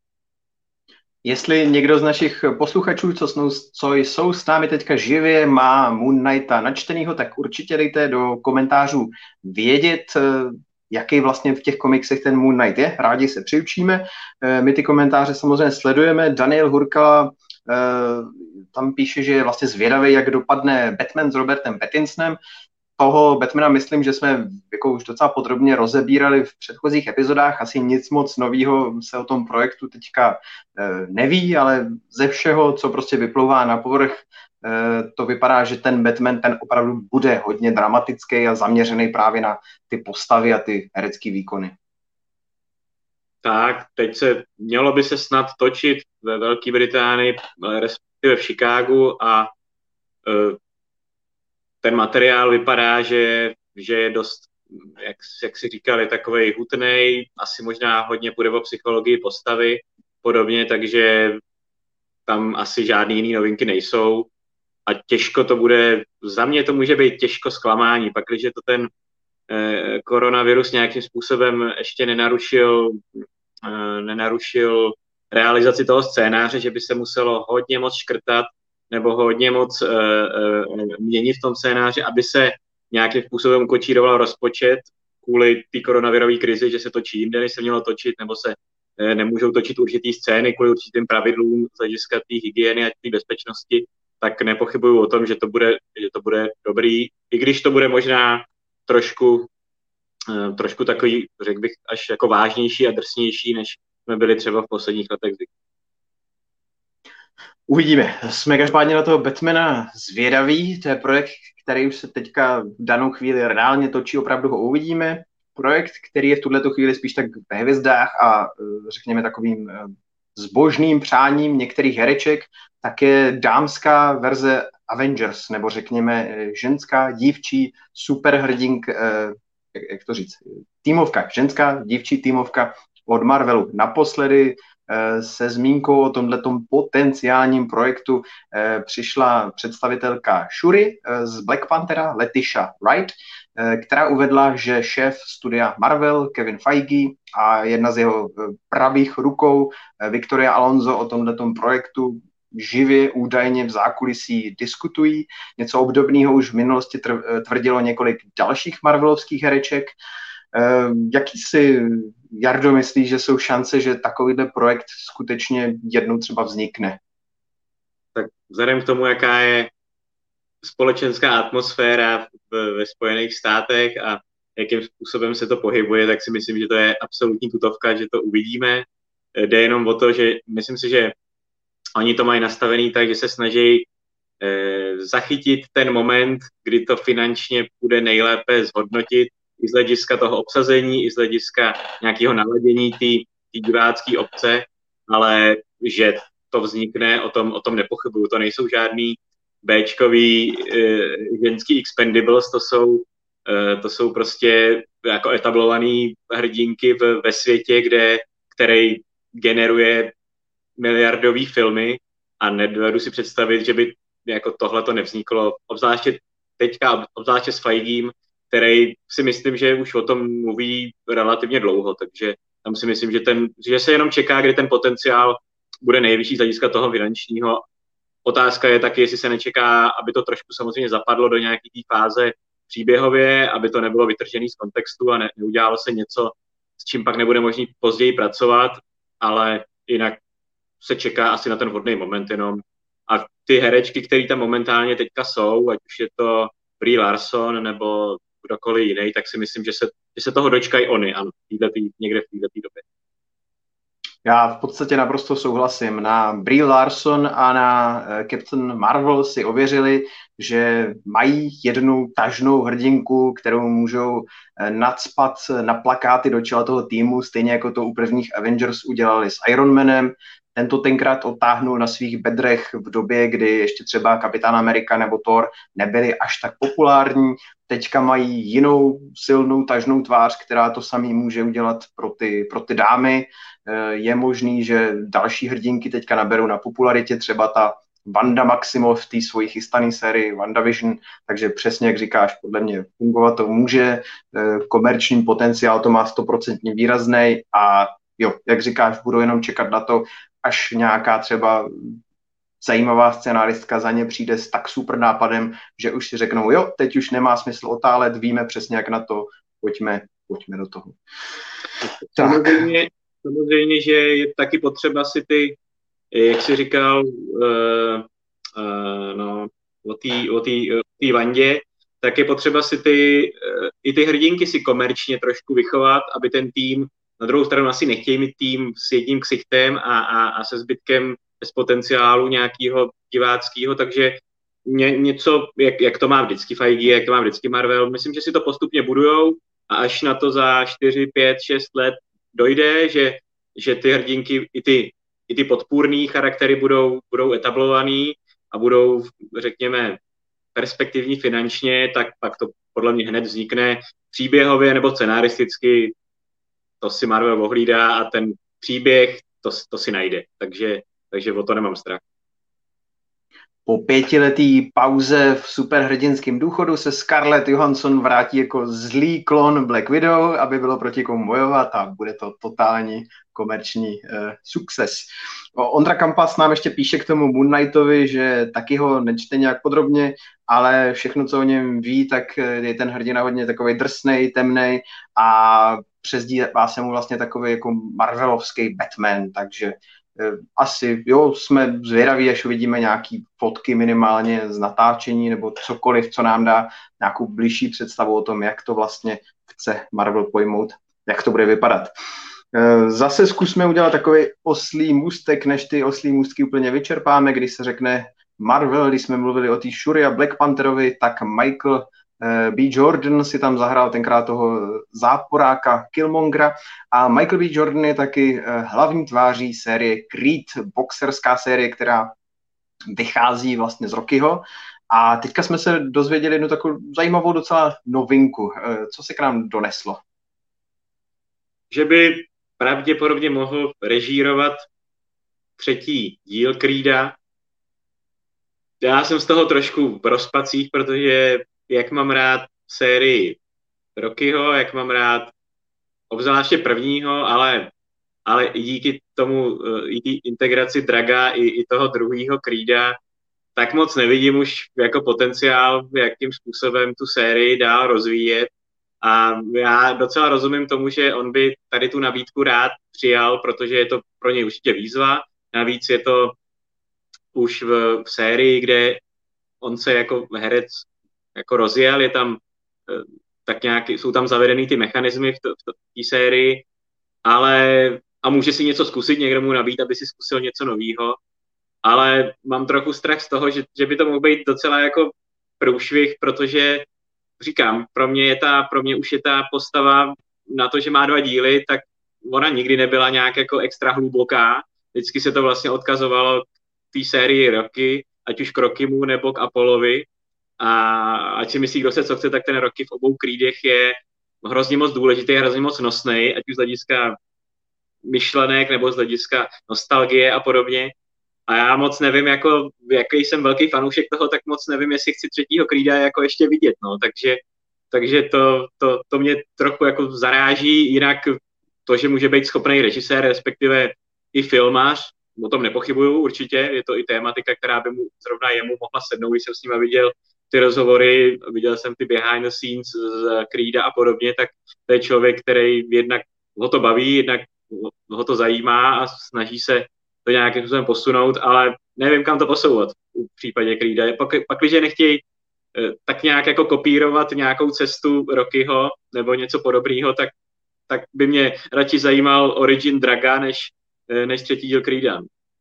Jestli někdo z našich posluchačů, co jsou s námi teďka živě, má Moon Knighta načtenýho, tak určitě dejte do komentářů vědět, jaký vlastně v těch komiksech ten Moon Knight je. Rádi se přiučíme. My ty komentáře samozřejmě sledujeme. Daniel Hurkala tam píše, že je vlastně zvědavý, jak dopadne Batman s Robertem Pattinsonem. Toho Batmana myslím, že jsme jako už docela podrobně rozebírali v předchozích epizodách. Asi nic moc nového se o tom projektu teďka neví, ale ze všeho, co prostě vyplouvá na povrch, to vypadá, že ten Batman ten opravdu bude hodně dramatický a zaměřený právě na ty postavy a ty herecké výkony. Tak, mělo by se snad točit ve Velké Británii, respektive v Chicagu a ten materiál vypadá, že je dost, jak si říkali, takovej hutnej, asi možná hodně půjde o psychologii postavy, podobně, takže tam asi žádný jiný novinky nejsou a těžko to bude, za mě to může být těžko zklamání, pak když to ten koronavirus nějakým způsobem ještě nenarušil realizaci toho scénáře, že by se muselo hodně moc škrtat nebo hodně moc měnit v tom scénáři, aby se nějakým způsobem ukočíroval rozpočet kvůli té koronavirové krizi, že se točí jinde, než se mělo točit, nebo se nemůžou točit určitý scény kvůli určitým pravidlům z hlediska té hygieny a té bezpečnosti, tak nepochybuju o tom, že to bude dobrý, i když to bude možná trošku takový, řekl bych, až jako vážnější a drsnější, než jsme byli třeba v posledních letech zvyklí. Uvidíme. Jsme každopádně na toho Batmana zvědaví. To je projekt, který už se teďka v danou chvíli reálně točí, opravdu ho uvidíme. Projekt, který je v tuhleto chvíli spíš tak ve hvězdách a řekněme takovým zbožným přáním některých hereček, tak je dámská verze Avengers, nebo řekněme ženská, dívčí, superhrdink, jak to říct, týmovka, ženská, dívčí týmovka od Marvelu. Naposledy se zmínkou o tomhletom potenciálním projektu přišla představitelka Shuri z Black Panthera, Letitia Wright, která uvedla, že šéf studia Marvel, Kevin Feige, a jedna z jeho pravých rukou, Victoria Alonso, o tomhletom projektu živě údajně v zákulisí diskutují. Něco obdobného už v minulosti tvrdilo několik dalších marvelovských hereček. Jaký si, Jardo, myslíš, že jsou šance, že takovýhle projekt skutečně jednou třeba vznikne? Tak vzhledem k tomu, jaká je společenská atmosféra ve Spojených státech a jakým způsobem se to pohybuje, tak si myslím, že to je absolutní tutovka, že to uvidíme. Jde jenom o to, že myslím si, že oni to mají nastavený tak, že se snaží zachytit ten moment, kdy to finančně bude nejlépe zhodnotit i z hlediska toho obsazení, i z hlediska nějakého naladění té divácké obce, ale že to vznikne, o tom nepochybuju. To nejsou žádný Bčkový ženský Expendables, to jsou prostě jako etablovaný hrdinky ve světě, který generuje miliardový filmy a nedovedu si představit, že by jako tohle to nevzniklo, obzvláště teďka, obzvláště s Feigem, který si myslím, že už o tom mluví relativně dlouho, takže tam si myslím, že se jenom čeká, kdy ten potenciál bude nejvyšší z hlediska toho finančního. Otázka je taky, jestli se nečeká, aby to trošku samozřejmě zapadlo do nějaké té fáze příběhově, aby to nebylo vytržené z kontextu a neudělalo se něco, s čím pak nebude možné později pracovat, ale jinak se čeká asi na ten vhodný moment jenom. A ty herečky, které tam momentálně teďka jsou, ať už je to Brie Larson nebo kdokoliv jiný, tak si myslím, že se toho dočkají oni, ano, někde v této době. Já v podstatě naprosto souhlasím. Na Brie Larson a na Captain Marvel si ověřili, že mají jednu tažnou hrdinku, kterou můžou nacpat na plakáty do čela toho týmu, stejně jako to u prvních Avengers udělali s Iron Manem. Tento tenkrát otáhnul na svých bedrech v době, kdy ještě třeba Kapitán Amerika nebo Thor nebyli až tak populární. Teďka mají jinou silnou tažnou tvář, která to samý může udělat pro ty dámy. Je možný, že další hrdinky teďka naberou na popularitě, třeba ta Wanda Maximoff v té svojí chystané sérii WandaVision, takže přesně jak říkáš, podle mě fungovat to může, komerční potenciál to má 100% výrazný a jo, jak říkáš, budu jenom čekat na to, až nějaká třeba zajímavá scenáristka za ně přijde s tak super nápadem, že už si řeknou, jo, teď už nemá smysl otálet, víme přesně jak na to, pojďme do toho. Samozřejmě, že je taky potřeba si ty, jak jsi říkal, o té Vandě, tak je potřeba si i ty hrdinky si komerčně trošku vychovat, aby ten tým, na druhou stranu asi nechtějí mít tým s jedním ksichtem a se zbytkem bez potenciálu nějakého diváckého, takže něco, jak to má vždycky Feige, jak to má vždycky Marvel, myslím, že si to postupně budujou a až na to za 4, 5, 6 let dojde, že ty hrdinky, i ty podpůrný charaktery budou etablovaný a budou, řekněme, perspektivní finančně, tak pak to podle mě hned vznikne příběhově nebo scenaristicky, to si Marvel ohlídá a ten příběh to si najde. Takže o to nemám strach. Po 5letý pauze v superhrdinském důchodu se Scarlett Johansson vrátí jako zlý klon Black Widow, aby bylo proti komu bojovat a bude to totální komerční success. Ondra Kampas nám ještě píše k tomu Moon Knightovi, že taky ho nečte nějak podrobně, ale všechno, co o něm ví, tak je ten hrdina hodně takovej drsnej, temnej a přezdívá se mu vlastně takový jako marvelovský Batman, takže asi, jo, jsme zvědaví, až uvidíme nějaký fotky minimálně z natáčení nebo cokoliv, co nám dá nějakou blížší představu o tom, jak to vlastně chce Marvel pojmout, jak to bude vypadat. Zase zkusme udělat takový oslý můstek, než ty oslý můstky úplně vyčerpáme, když se řekne Marvel, když jsme mluvili o té Shuri a Black Pantherovi, tak Michael B. Jordan si tam zahrál tenkrát toho záporáka Killmongera a Michael B. Jordan je taky hlavní tváří série Creed, boxerská série, která vychází vlastně z Rockyho. A teďka jsme se dozvěděli jednu takovou zajímavou docela novinku. Co se k nám doneslo? Že by pravděpodobně mohl režírovat třetí díl Creeda. Já jsem z toho trošku v rozpacích, protože jak mám rád sérii Rockyho, jak mám rád obzvláště prvního, ale i díky tomu, i integraci Draga i toho druhého Creeda, tak moc nevidím už jako potenciál, jakým způsobem tu sérii dál rozvíjet. A já docela rozumím tomu, že on by tady tu nabídku rád přijal, protože je to pro něj určitě výzva. Navíc je to už v sérii, kde on se jako herec jako rozjel, je tam tak nějak, jsou tam zavedený ty mechanismy v té sérii, ale a může si něco zkusit, někdo mu nabít, aby si zkusil něco nového, ale mám trochu strach z toho, že by to mohl být docela jako průšvih, protože říkám, pro mě už je ta postava na to, že má 2 díly, tak ona nikdy nebyla nějak jako extra hluboká. Vždycky se to vlastně odkazovalo k té sérii Rocky, ať už k Rockymu nebo k Apollovi. A ať si myslí, kdo se co chce, tak ten Rocky v obou Creedech je hrozně moc důležitý, hrozně moc nosnej, ať už z hlediska myšlenek nebo z hlediska nostalgie a podobně. A já moc nevím, jako, jaký jsem velký fanoušek toho, tak moc nevím, jestli chci třetího Creeda jako ještě vidět, no. Takže to mě trochu jako zaráží, jinak to, že může být schopný režisér, respektive i filmář, o tom nepochybuju určitě, je to i tématika, která by mu zrovna jemu mohla sednout, když jsem s ním viděl ty rozhovory, viděl jsem ty behind the scenes z Creeda a podobně, tak to je člověk, který jednak ho to baví, jednak ho to zajímá a snaží se to nějakým způsobem posunout, ale nevím, kam to posouvat v případě Creeda. Pakliže nechtějí tak nějak jako kopírovat nějakou cestu Rockyho nebo něco podobného, tak by mě radši zajímal origin Draga, než třetí díl Creeda.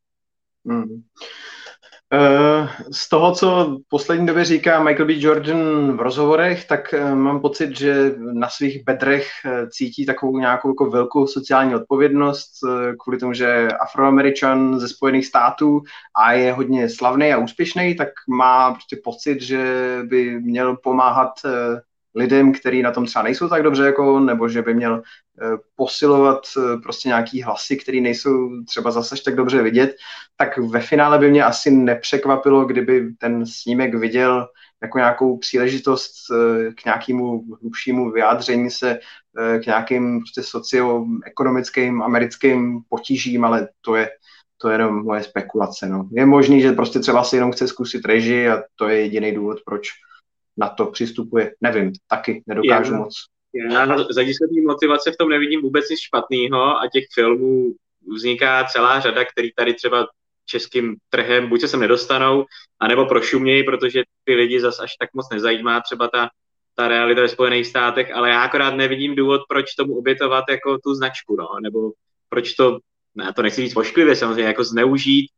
Z toho, co v poslední době říká Michael B. Jordan v rozhovorech, tak mám pocit, že na svých bedrech cítí takovou nějakou jako velkou sociální odpovědnost kvůli tomu, že je Afroameričan ze Spojených států a je hodně slavný a úspěšný, tak má prostě pocit, že by měl pomáhat lidem, kteří na tom třeba nejsou tak dobře jako on, nebo že by měl posilovat prostě nějaký hlasy, které nejsou třeba zase tak dobře vidět, tak ve finále by mě asi nepřekvapilo, kdyby ten snímek viděl jako nějakou příležitost k nějakému hlubšímu vyjádření se, k nějakým prostě socioekonomickým americkým potížím, ale to je jenom moje spekulace. No. Je možný, že prostě třeba si jenom chce zkusit režii a to je jediný důvod, proč na to přistupuje. Nevím, taky nedokážu moc. Já z hlediska motivace v tom nevidím vůbec nic špatného a těch filmů vzniká celá řada, který tady třeba českým trhem buď se sem nedostanou, anebo prošumějí, protože ty lidi zas až tak moc nezajímá třeba ta realita ve Spojených státech, ale já akorát nevidím důvod, proč tomu obětovat jako tu značku, no, nebo proč to nechci říct ošklivě samozřejmě, jako zneužít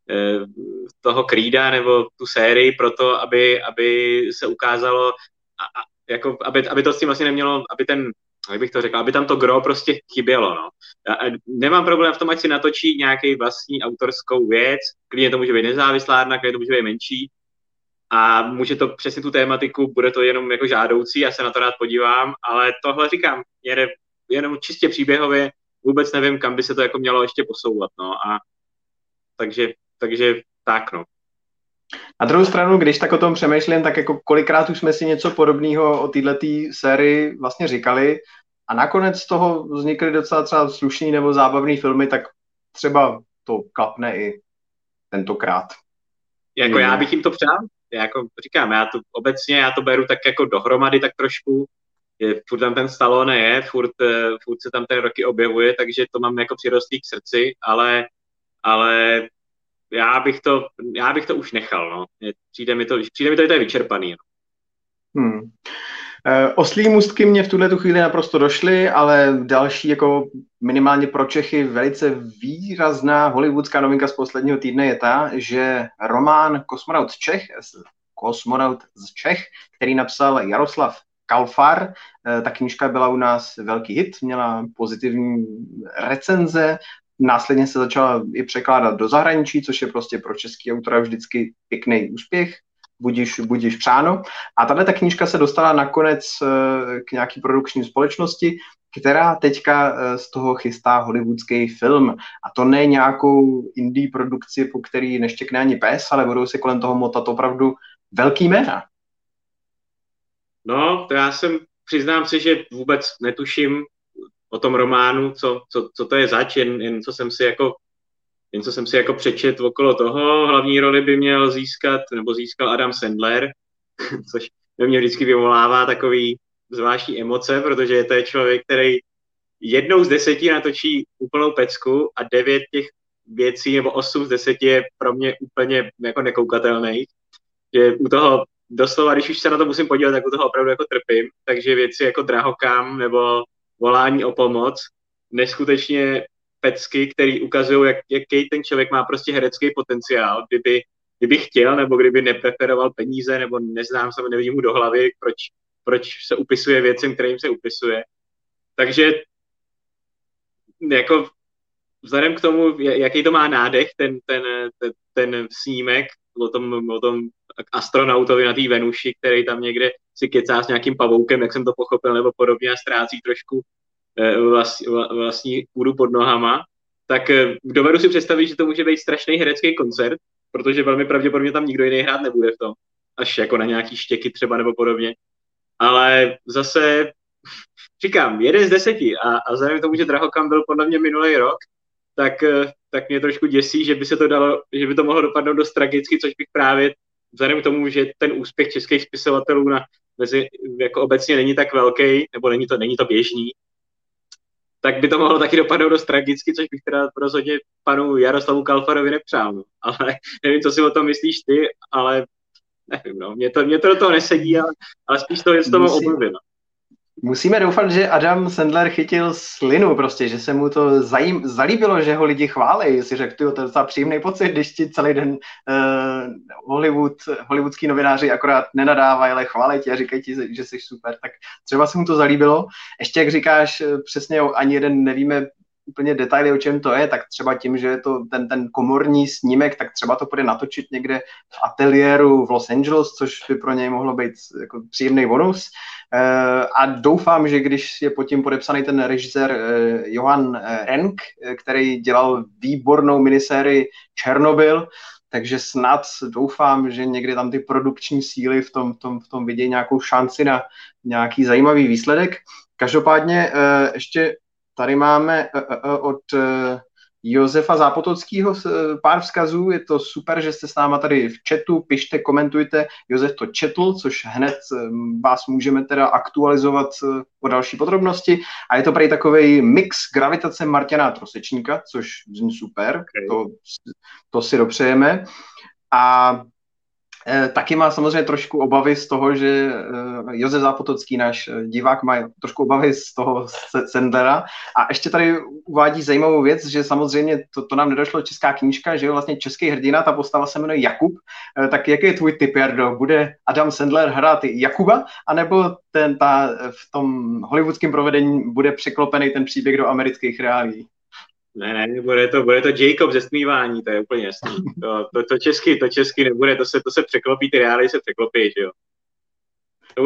toho Creeda nebo tu sérii pro to, aby se ukázalo, jako, aby to s tím vlastně nemělo, jak bych to řekl, aby tam to gro prostě chybělo. No. Nemám problém v tom, ať si natočí nějaký vlastní autorskou věc, klidně to může být nezávislá, klidně to může být menší a může to přesně tu tématiku, bude to jenom jako žádoucí, já se na to rád podívám, ale tohle říkám, jenom čistě příběhově, vůbec nevím, kam by se to jako mělo ještě posouvat. No. A takže tak, no. Na druhou stranu, když tak o tom přemýšlím, tak jako kolikrát už jsme si něco podobného o této sérii vlastně říkali a nakonec z toho vznikly docela třeba slušný nebo zábavný filmy, tak třeba to klapne i tentokrát. Jako já bych jim to přál, jako říkám, já to beru tak jako dohromady tak trošku, furt tam ten Stallone je, furt se tam ten Rocky objevuje, takže to mám jako přirostlý k srdci, ale já bych to už nechal, no. Přijde mi to, že to je vyčerpaný. No. Oslí můstky mě v tuhle chvíli naprosto došly, ale další jako minimálně pro Čechy velice výrazná hollywoodská novinka z posledního týdne je ta, že román Kosmonaut z Čech, který napsal Jaroslav Kalfar, ta knížka byla u nás velký hit, měla pozitivní recenze, následně se začala i překládat do zahraničí, což je prostě pro český autora vždycky pěkný úspěch, budiš přáno. A tahle ta knížka se dostala nakonec k nějaký produkční společnosti, která teďka z toho chystá hollywoodský film. A to ne nějakou indie produkci, po který neštěkne ani pes, ale budou se kolem toho motat opravdu velký jména. No, to já přiznám se, že vůbec netuším o tom románu, co to je zač, jen co jsem si jako přečet okolo toho. Hlavní roli by měl získal Adam Sandler, což mě vždycky vyvolává takový zvláštní emoce, protože to je člověk, který 1 z 10 natočí úplnou pecku a 9 těch věcí, nebo 8 z 10 je pro mě úplně jako nekoukatelných. Že u toho doslova, když už se na to musím podívat, tak u toho opravdu jako trpím. Takže věci jako Drahokam nebo Volání o pomoc, neskutečně pecky, které ukazují, jaký ten člověk má prostě herecký potenciál, kdyby chtěl, nebo kdyby nepreferoval peníze, nebo nevidím mu do hlavy, proč se upisuje věcem, kterým se upisuje. Takže jako vzhledem k tomu, jaký to má nádech, ten snímek o tom astronautovi na té Venuši, který tam někde si kecá s nějakým pavoukem, jak jsem to pochopil, nebo podobně a ztrácí trošku vlastní půdu pod nohama, tak dovedu si představit, že to může být strašný herecký koncert, protože velmi pravděpodobně tam nikdo jiný hrát nebude v tom, až jako na nějaký štěky třeba nebo podobně. Ale zase říkám, 1 z 10 a vzhledem k tomu, že Drahokam byl podle mě minulý rok, tak mě trošku děsí, že by to mohlo dopadnout dost tragicky, což bych právě vzhledem k tomu, že ten úspěch českých spisovatelů jako obecně není tak velký, nebo není to běžný, tak by to mohlo taky dopadnout dost tragicky, což bych teda rozhodně panu Jaroslavu Kalfarovi nepřál. No. Ale nevím, co si o tom myslíš ty, ale nevím, no. Mě to do toho nesedí, ale spíš to je z toho obliveno. Musíme doufat, že Adam Sandler chytil slinu prostě, že se mu to zalíbilo, že ho lidi chválí. Si řekl, to je docela příjemný pocit, když ti celý den hollywoodský novináři akorát nenadávají, ale chválí ti a říkají ti, že jsi super. Tak třeba se mu to zalíbilo. Ještě jak říkáš, přesně ani jeden nevíme úplně detaily, o čem to je, tak třeba tím, že je to ten komorní snímek, tak třeba to bude natočit někde v ateliéru v Los Angeles, což by pro něj mohlo být jako příjemný bonus. A doufám, že když je pod tím podepsaný ten režisér Johan Renck, který dělal výbornou minisérii Černobyl, takže snad doufám, že někdy tam ty produkční síly v tom vidějí nějakou šanci na nějaký zajímavý výsledek. Každopádně ještě tady máme od Josefa Zápotockého pár vzkazů. Je to super, že jste s náma tady v chatu. Pište, komentujte. Josef to četl, což hned vás můžeme teda aktualizovat o další podrobnosti. A je to prý takovej mix gravitace Martina Trosečníka, což zní super. Okay. To si dopřejeme. A taky má samozřejmě trošku obavy z toho, že Josef Zápotocký, náš divák, má trošku obavy z toho Sandlera. A ještě tady uvádí zajímavou věc, že samozřejmě to nám nedošlo česká knížka, že je vlastně český hrdina, ta postava se jmenuje Jakub. Tak jaký je tvůj tip, Jardo? Bude Adam Sandler hrát Jakuba, anebo v tom hollywoodském provedení bude překlopený ten příběh do amerických reálí? Ne, bude to Jacob ze Stmívání, to je úplně jasný. To česky nebude, to se překlopí, ty reály se překlopí, že jo. To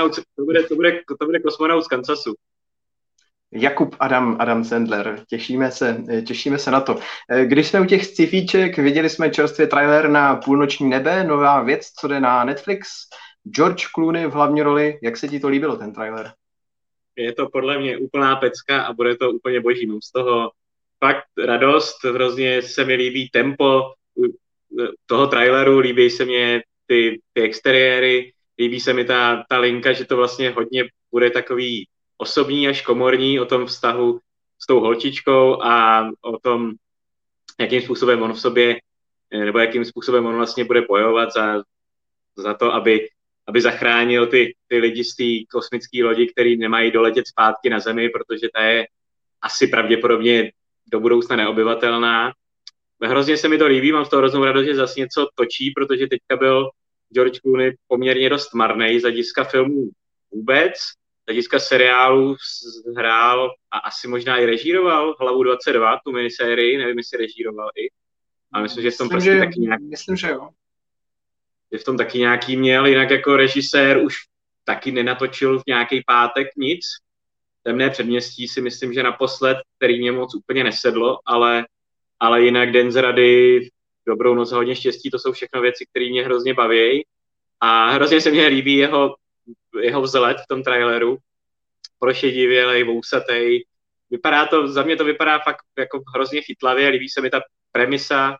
bude kosmonaut z Kansasu. Jakub Adam Sandler, těšíme se na to. Když jsme u těch scifíček, viděli jsme čerstvě trailer na Půlnoční nebe, nová věc, co jde na Netflix. George Clooney v hlavní roli, jak se ti to líbilo, ten trailer? Je to podle mě úplná pecka a bude to úplně boží. Mám z toho fakt radost, hrozně se mi líbí tempo toho traileru, líbí se mě ty exteriéry, líbí se mi ta linka, že to vlastně hodně bude takový osobní až komorní o tom vztahu s tou holčičkou a o tom, jakým způsobem on v sobě, nebo jakým způsobem on vlastně bude bojovat za to, aby aby zachránil ty lidi z té kosmické lodi, který nemají doletět zpátky na Zemi, protože ta je asi pravděpodobně do budoucna neobyvatelná. Hrozně se mi to líbí, mám z toho hroznou radost, že zase něco točí, protože teďka byl George Clooney poměrně dost marnej z hlediska filmů vůbec, z hlediska seriálu hrál a asi možná i režíroval Hlavu 22, tu minisérii, nevím, jestli režíroval i, ale myslím, že v tom prostě taky nějaký... Myslím, že jo. Že v tom taky nějaký měl, jinak jako režisér už taky nenatočil v nějaký pátek nic. Temné předměstí si myslím, že naposled, který mě moc úplně nesedlo, ale jinak Den zrady, Dobrou noc a hodně štěstí, to jsou všechno věci, které mě hrozně baví. A hrozně se mně líbí jeho vzhled v tom traileru. Prošedivělej, vousatej. Za mě to vypadá fakt jako hrozně chytlavě, líbí se mi ta premisa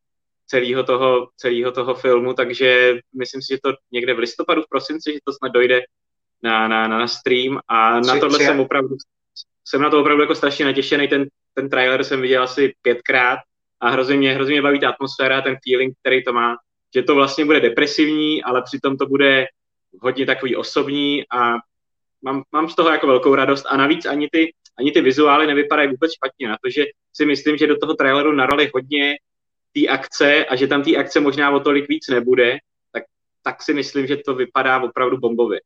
celého toho filmu, takže myslím si, že to někde v listopadu, v prosinci, že to snad dojde na stream a na tohle jsem na to opravdu jako strašně natěšený, ten trailer jsem viděl asi 5krát a hrozně mě baví ta atmosféra, ten feeling, který to má, že to vlastně bude depresivní, ale přitom to bude hodně takový osobní a mám z toho jako velkou radost a navíc ani ty vizuály nevypadají vůbec špatně, na to, že si myslím, že do toho traileru narali hodně té akce a že tam té akce možná o tolik víc nebude, tak si myslím, že to vypadá opravdu bombově.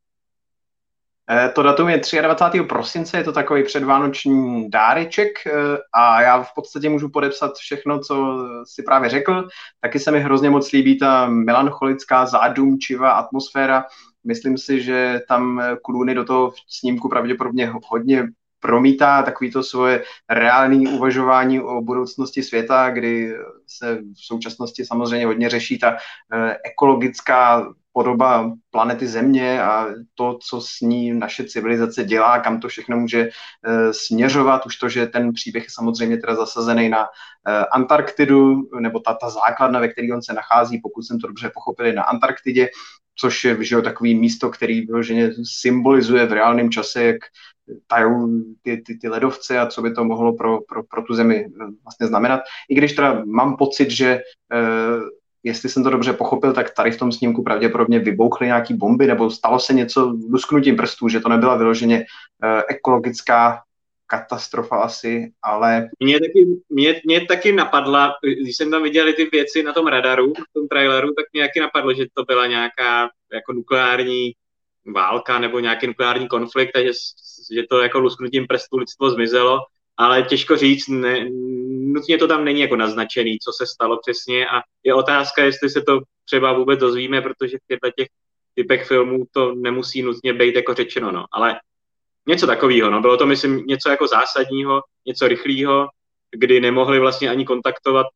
To datum je 23. prosince, je to takový předvánoční dáreček a já v podstatě můžu podepsat všechno, co si právě řekl. Taky se mi hrozně moc líbí ta melancholická, zádumčivá atmosféra. Myslím si, že tam Clooney do toho snímku pravděpodobně hodně promítá takový to svoje reálné uvažování o budoucnosti světa, kdy se v současnosti samozřejmě hodně řeší ta ekologická podoba planety Země a to, co s ní naše civilizace dělá, kam to všechno může směřovat. Už to, že ten příběh je samozřejmě teda zasazený na Antarktidu, nebo ta základna, ve které on se nachází, pokud jsem to dobře pochopil, na Antarktidě, což je že, takový místo, který vyloženě symbolizuje v reálném čase, jak tajou ty ledovce a co by to mohlo pro tu Zemi vlastně znamenat. I když teda mám pocit, že jestli jsem to dobře pochopil, tak tady v tom snímku pravděpodobně vybouchly nějaký bomby nebo stalo se něco lusknutím prstů, že to nebyla vyloženě ekologická katastrofa asi, ale... Mě taky napadla, když jsem tam viděl ty věci na tom radaru, v tom traileru, tak mě taky napadlo, že to byla nějaká jako nukleární válka nebo nějaký nukleární konflikt a že to jako lusknutím prstů lidstvo zmizelo, ale těžko říct, nutně to tam není jako naznačený, co se stalo přesně a je otázka, jestli se to třeba vůbec dozvíme, protože v těch typech filmů to nemusí nutně být jako řečeno, no, ale něco takového, no, bylo to, myslím, něco jako zásadního, něco rychlého, kdy nemohli vlastně ani kontaktovat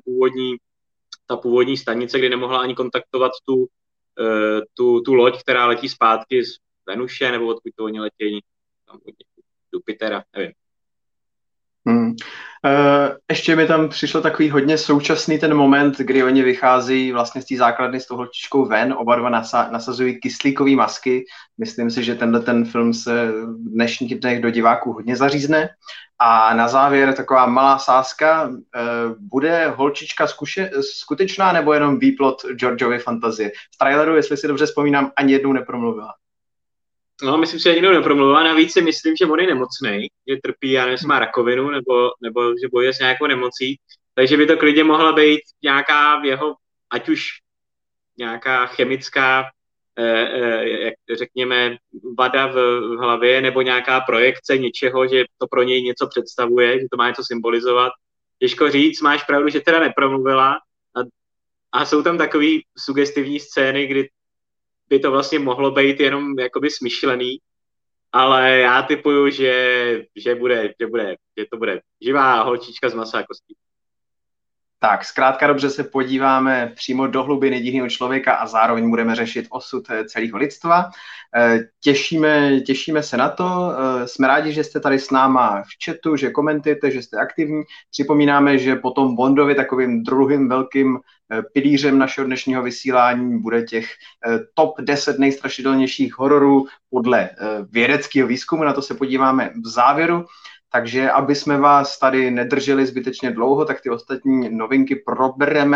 ta původní stanice, kdy nemohla ani kontaktovat tu loď, která letí zpátky z Venuše, nebo odkud to oni letějí, tam Jupitera, nevím. Ještě mi tam přišlo takový hodně současný ten moment, kdy oni vychází vlastně z té základny s tou holčičkou ven, oba dva nasazují kyslíkové masky. Myslím si, že ten film se v dnešních dnech do diváků hodně zařízne. A na závěr taková malá sázka. Bude holčička skutečná nebo jenom výplod Georgeovy fantazie? V traileru, jestli si dobře vzpomínám, ani jednou nepromluvila. No, myslím si, že nikdo nepromluvil. Navíc si myslím, že on je nemocnej, že trpí, já nevím, jestli má rakovinu, nebo že bojuje s nějakou nemocí. Takže by to klidně mohla být nějaká jeho, ať už nějaká chemická, řekněme, vada v hlavě, nebo nějaká projekce něčeho, že to pro něj něco představuje, že to má něco symbolizovat. Těžko říct, máš pravdu, že teda nepromluvila. A jsou tam takový sugestivní scény, kdy by to vlastně mohlo být jenom jakoby smyšlený, ale já tipuju, že to bude živá holčička z masa a kostí. Tak, zkrátka dobře se podíváme přímo do hlubiny divného člověka a zároveň budeme řešit osud celého lidstva. Těšíme se na to. Jsme rádi, že jste tady s náma v chatu, že komentujete, že jste aktivní. Připomínáme, že po tom Bondovi takovým druhým velkým pilířem našeho dnešního vysílání bude těch top 10 nejstrašidelnějších hororů podle vědeckého výzkumu. Na to se podíváme v závěru. Takže aby jsme vás tady nedrželi zbytečně dlouho, tak ty ostatní novinky probereme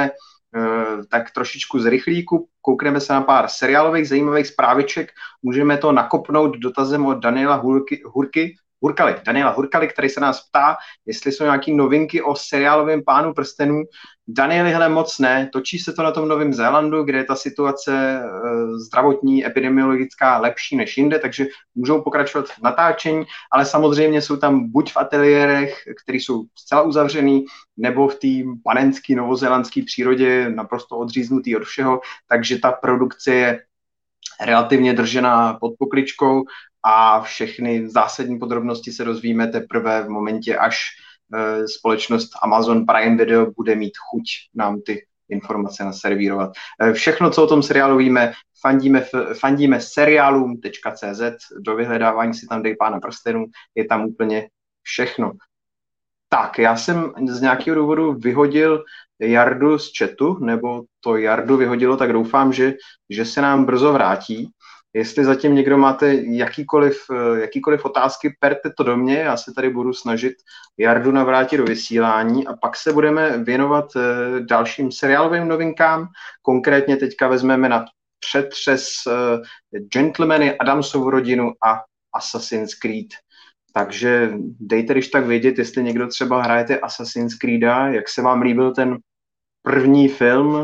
tak trošičku z rychlíku, koukneme se na pár seriálových zajímavých zpráviček, můžeme to nakopnout dotazem od Daniela Hurkaly, který se nás ptá, jestli jsou nějaké novinky o seriálovém Pánu prstenů. Danieli, hele, moc ne. Točí se to na tom Novém Zélandu, kde je ta situace zdravotní, epidemiologická lepší než jinde, takže můžou pokračovat v natáčení, ale samozřejmě jsou tam buď v ateliérech, které jsou zcela uzavřený, nebo v té panenské novozélandské přírodě naprosto odříznutý od všeho, takže ta produkce je relativně držená pod pokličkou a všechny zásadní podrobnosti se dozvíme teprve v momentě, až společnost Amazon Prime Video bude mít chuť nám ty informace naservírovat. Všechno, co o tom seriálu víme, fandíme seriálům.cz, do vyhledávání si tam dej Pána prstenů, je tam úplně všechno. Tak, já jsem z nějakého důvodu vyhodil Jardu z chatu, nebo to Jardu vyhodilo, tak doufám, že se nám brzo vrátí. Jestli zatím někdo máte jakýkoliv otázky, perte to do mě, já se tady budu snažit Jardu navrátit do vysílání a pak se budeme věnovat dalším seriálovým novinkám. Konkrétně teďka vezmeme na přetřes Gentlemany, Adamsovu rodinu a Assassin's Creed. Takže dejte když tak vědět, jestli někdo třeba hrajete Assassin's Creeda, jak se vám líbil ten první film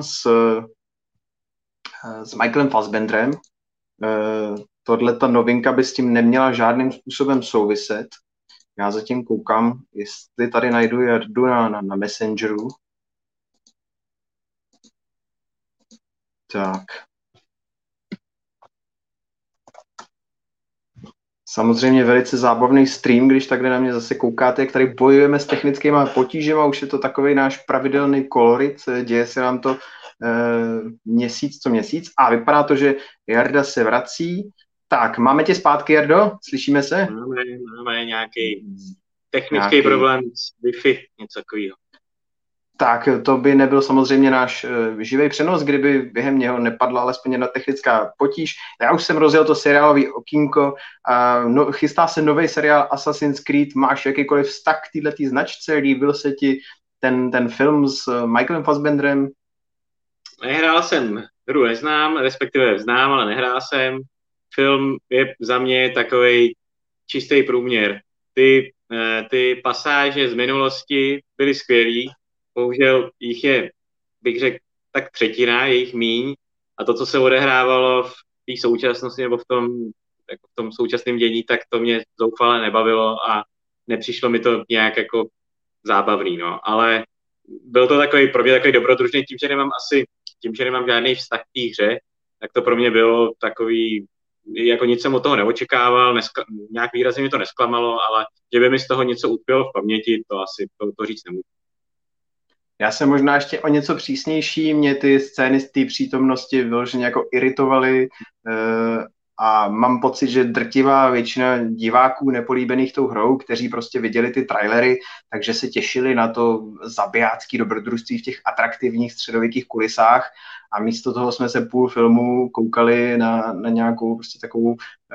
s Michaelem Fassbenderem. Ta novinka by s tím neměla žádným způsobem souviset. Já zatím koukám, jestli tady najdu Jardu na Messengeru. Tak. Samozřejmě velice zábavný stream, když takhle na mě zase koukáte, jak tady bojujeme s technickými potížemi, už je to takový náš pravidelný kolorit, děje se nám to měsíc co měsíc a vypadá to, že Jarda se vrací. Tak, máme tě zpátky, Jardo? Slyšíme se? Máme nějaký technický problém s Wi-Fi, něco takového. Tak to by nebyl samozřejmě náš živý přenos, kdyby během něho nepadla alespoň jedna technická potíž. Já už jsem rozjel to seriálový okýnko. Chystá se nový seriál Assassin's Creed. Máš jakýkoliv vztah k této značce? Líbil se ti ten film s Michaelem Fassbenderem? Nehrál jsem, hru neznám, respektive znám, ale nehrál jsem. Film je za mě takovej čistý průměr. Ty pasáže z minulosti byly skvělý, bohužel jich je, bych řekl, tak třetina, jejich míň, a to, co se odehrávalo v té současnosti nebo v tom současném dění, tak to mě zoufale nebavilo a nepřišlo mi to nějak jako zábavný, no. Ale byl to pro mě takový dobrodružný, tím, že nemám žádný vztah k té hře, tak to pro mě bylo takový, jako nic jsem od toho neočekával, nějak výrazně mi to nesklamalo, ale že by mi z toho něco utkvělo v paměti, to říct nemůžu. Já jsem možná ještě o něco přísnější, mě ty scény z té přítomnosti vyloženě jako iritovaly a mám pocit, že drtivá většina diváků nepolíbených tou hrou, kteří prostě viděli ty trailery, takže se těšili na to zabijácký dobrodružství v těch atraktivních středověkých kulisách a místo toho jsme se půl filmu koukali na nějakou prostě takovou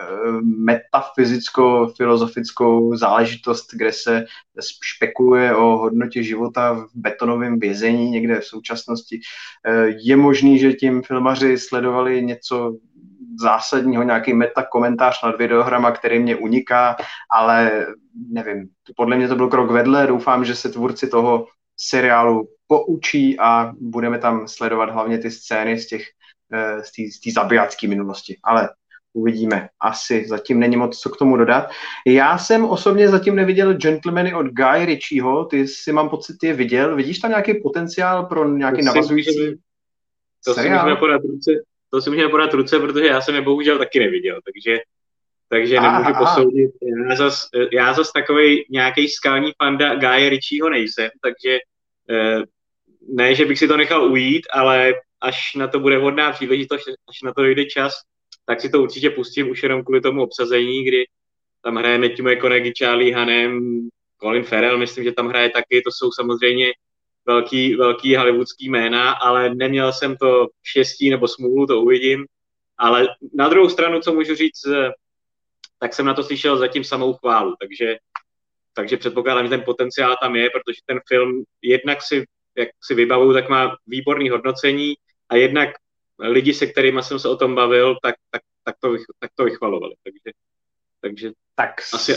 metafyzicko-filozofickou záležitost, kde se špekuluje o hodnotě života v betonovém vězení někde v současnosti. Je možný, že tím filmaři sledovali něco zásadního, nějaký metakomentář nad videohrama, který mě uniká, ale nevím, podle mě to byl krok vedle, doufám, že se tvůrci toho seriálu poučí a budeme tam sledovat hlavně ty scény z té zabijácké minulosti, ale uvidíme. Asi zatím není moc co k tomu dodat. Já jsem osobně zatím neviděl Gentlemany od Guy Ritchieho, ty si mám pocit, ty je viděl. Vidíš tam nějaký potenciál pro nějaký navazující seriál? To si můžeme podat ruce, protože já jsem je bohužel taky neviděl, takže nemůžu posoudit. Já zas takovej nějaký skalní panda Guy Ritchieho nejsem, takže ne, že bych si to nechal ujít, ale až na to bude vhodná příležitost, až na to dojde čas, tak si to určitě pustím už jenom kvůli tomu obsazení, kdy tam hraje Matthew McConaughey, Charlie Hunnam, Colin Farrell, myslím, že tam hraje taky, to jsou samozřejmě velký hollywoodský jména, ale neměl jsem to štěstí nebo smůlu, to uvidím. Ale na druhou stranu, co můžu říct, tak jsem na to slyšel zatím samou chválu, takže předpokládám, že ten potenciál tam je, protože ten film jednak si jak si vybavuju, tak má výborný hodnocení a jednak lidi, se kterými jsem se o tom bavil, tak to vychvalovali. Takže Tak asi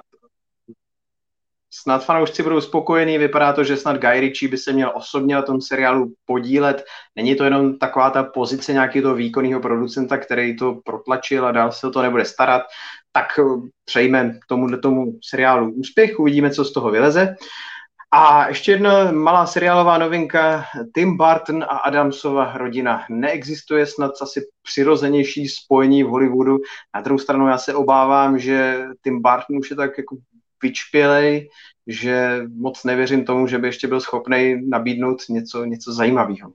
snad fanoušci budou spokojení, vypadá to, že snad Guy Ritchie by se měl osobně na tom seriálu podílet. Není to jenom taková ta pozice nějakého výkonného producenta, který to protlačil a dál se o to nebude starat, tak přejme tomu seriálu úspěch, uvidíme, co z toho vyleze. A ještě jedna malá seriálová novinka, Tim Burton a Adamsova rodina. Neexistuje snad asi přirozenější spojení v Hollywoodu. Na druhou stranu já se obávám, že Tim Burton už je tak jako vyčpělej, že moc nevěřím tomu, že by ještě byl schopný nabídnout něco zajímavého.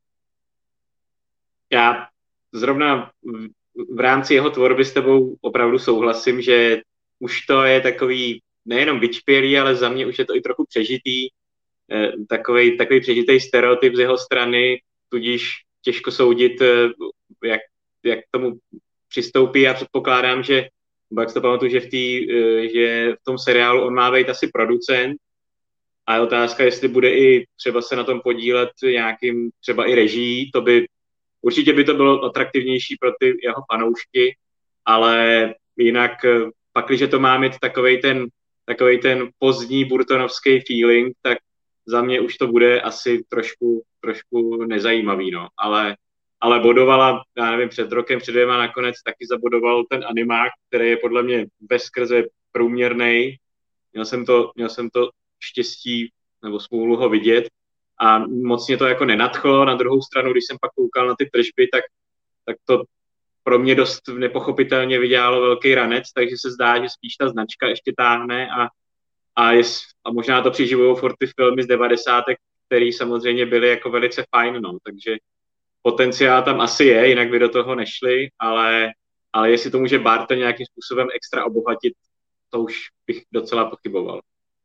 Já zrovna v rámci jeho tvorby s tebou opravdu souhlasím, že už to je takový nejenom vyčpělý, ale za mě už je to i trochu přežitý, takový přežitý stereotyp z jeho strany, tudíž těžko soudit, jak k tomu přistoupí. Já předpokládám, že jak to pamatuju, že v tom seriálu on má být asi producent a je otázka, jestli bude i třeba se na tom podílet nějakým třeba i režií, určitě by to bylo atraktivnější pro ty jeho fanoušky, ale jinak pakliže to má mít takovej ten pozdní burtonovský feeling, tak za mě už to bude asi trošku nezajímavý, no. Ale bodovala, já nevím, před rokem, před 2 nakonec taky zabodoval ten animák, který je podle mě bezskrze průměrnej. Měl jsem to štěstí nebo smůlu ho vidět a moc mě to jako nenadchlo. Na druhou stranu, když jsem pak koukal na ty tržby, tak to pro mě dost nepochopitelně vydělalo velký ranec, takže se zdá, že spíš ta značka ještě táhne a možná to přiživují furt ty filmy z 90. které samozřejmě byly jako velice fajn, no, takže potenciál tam asi je, jinak by do toho nešli, ale jestli to může Barton nějakým způsobem extra obohatit, to už bych docela pochyboval.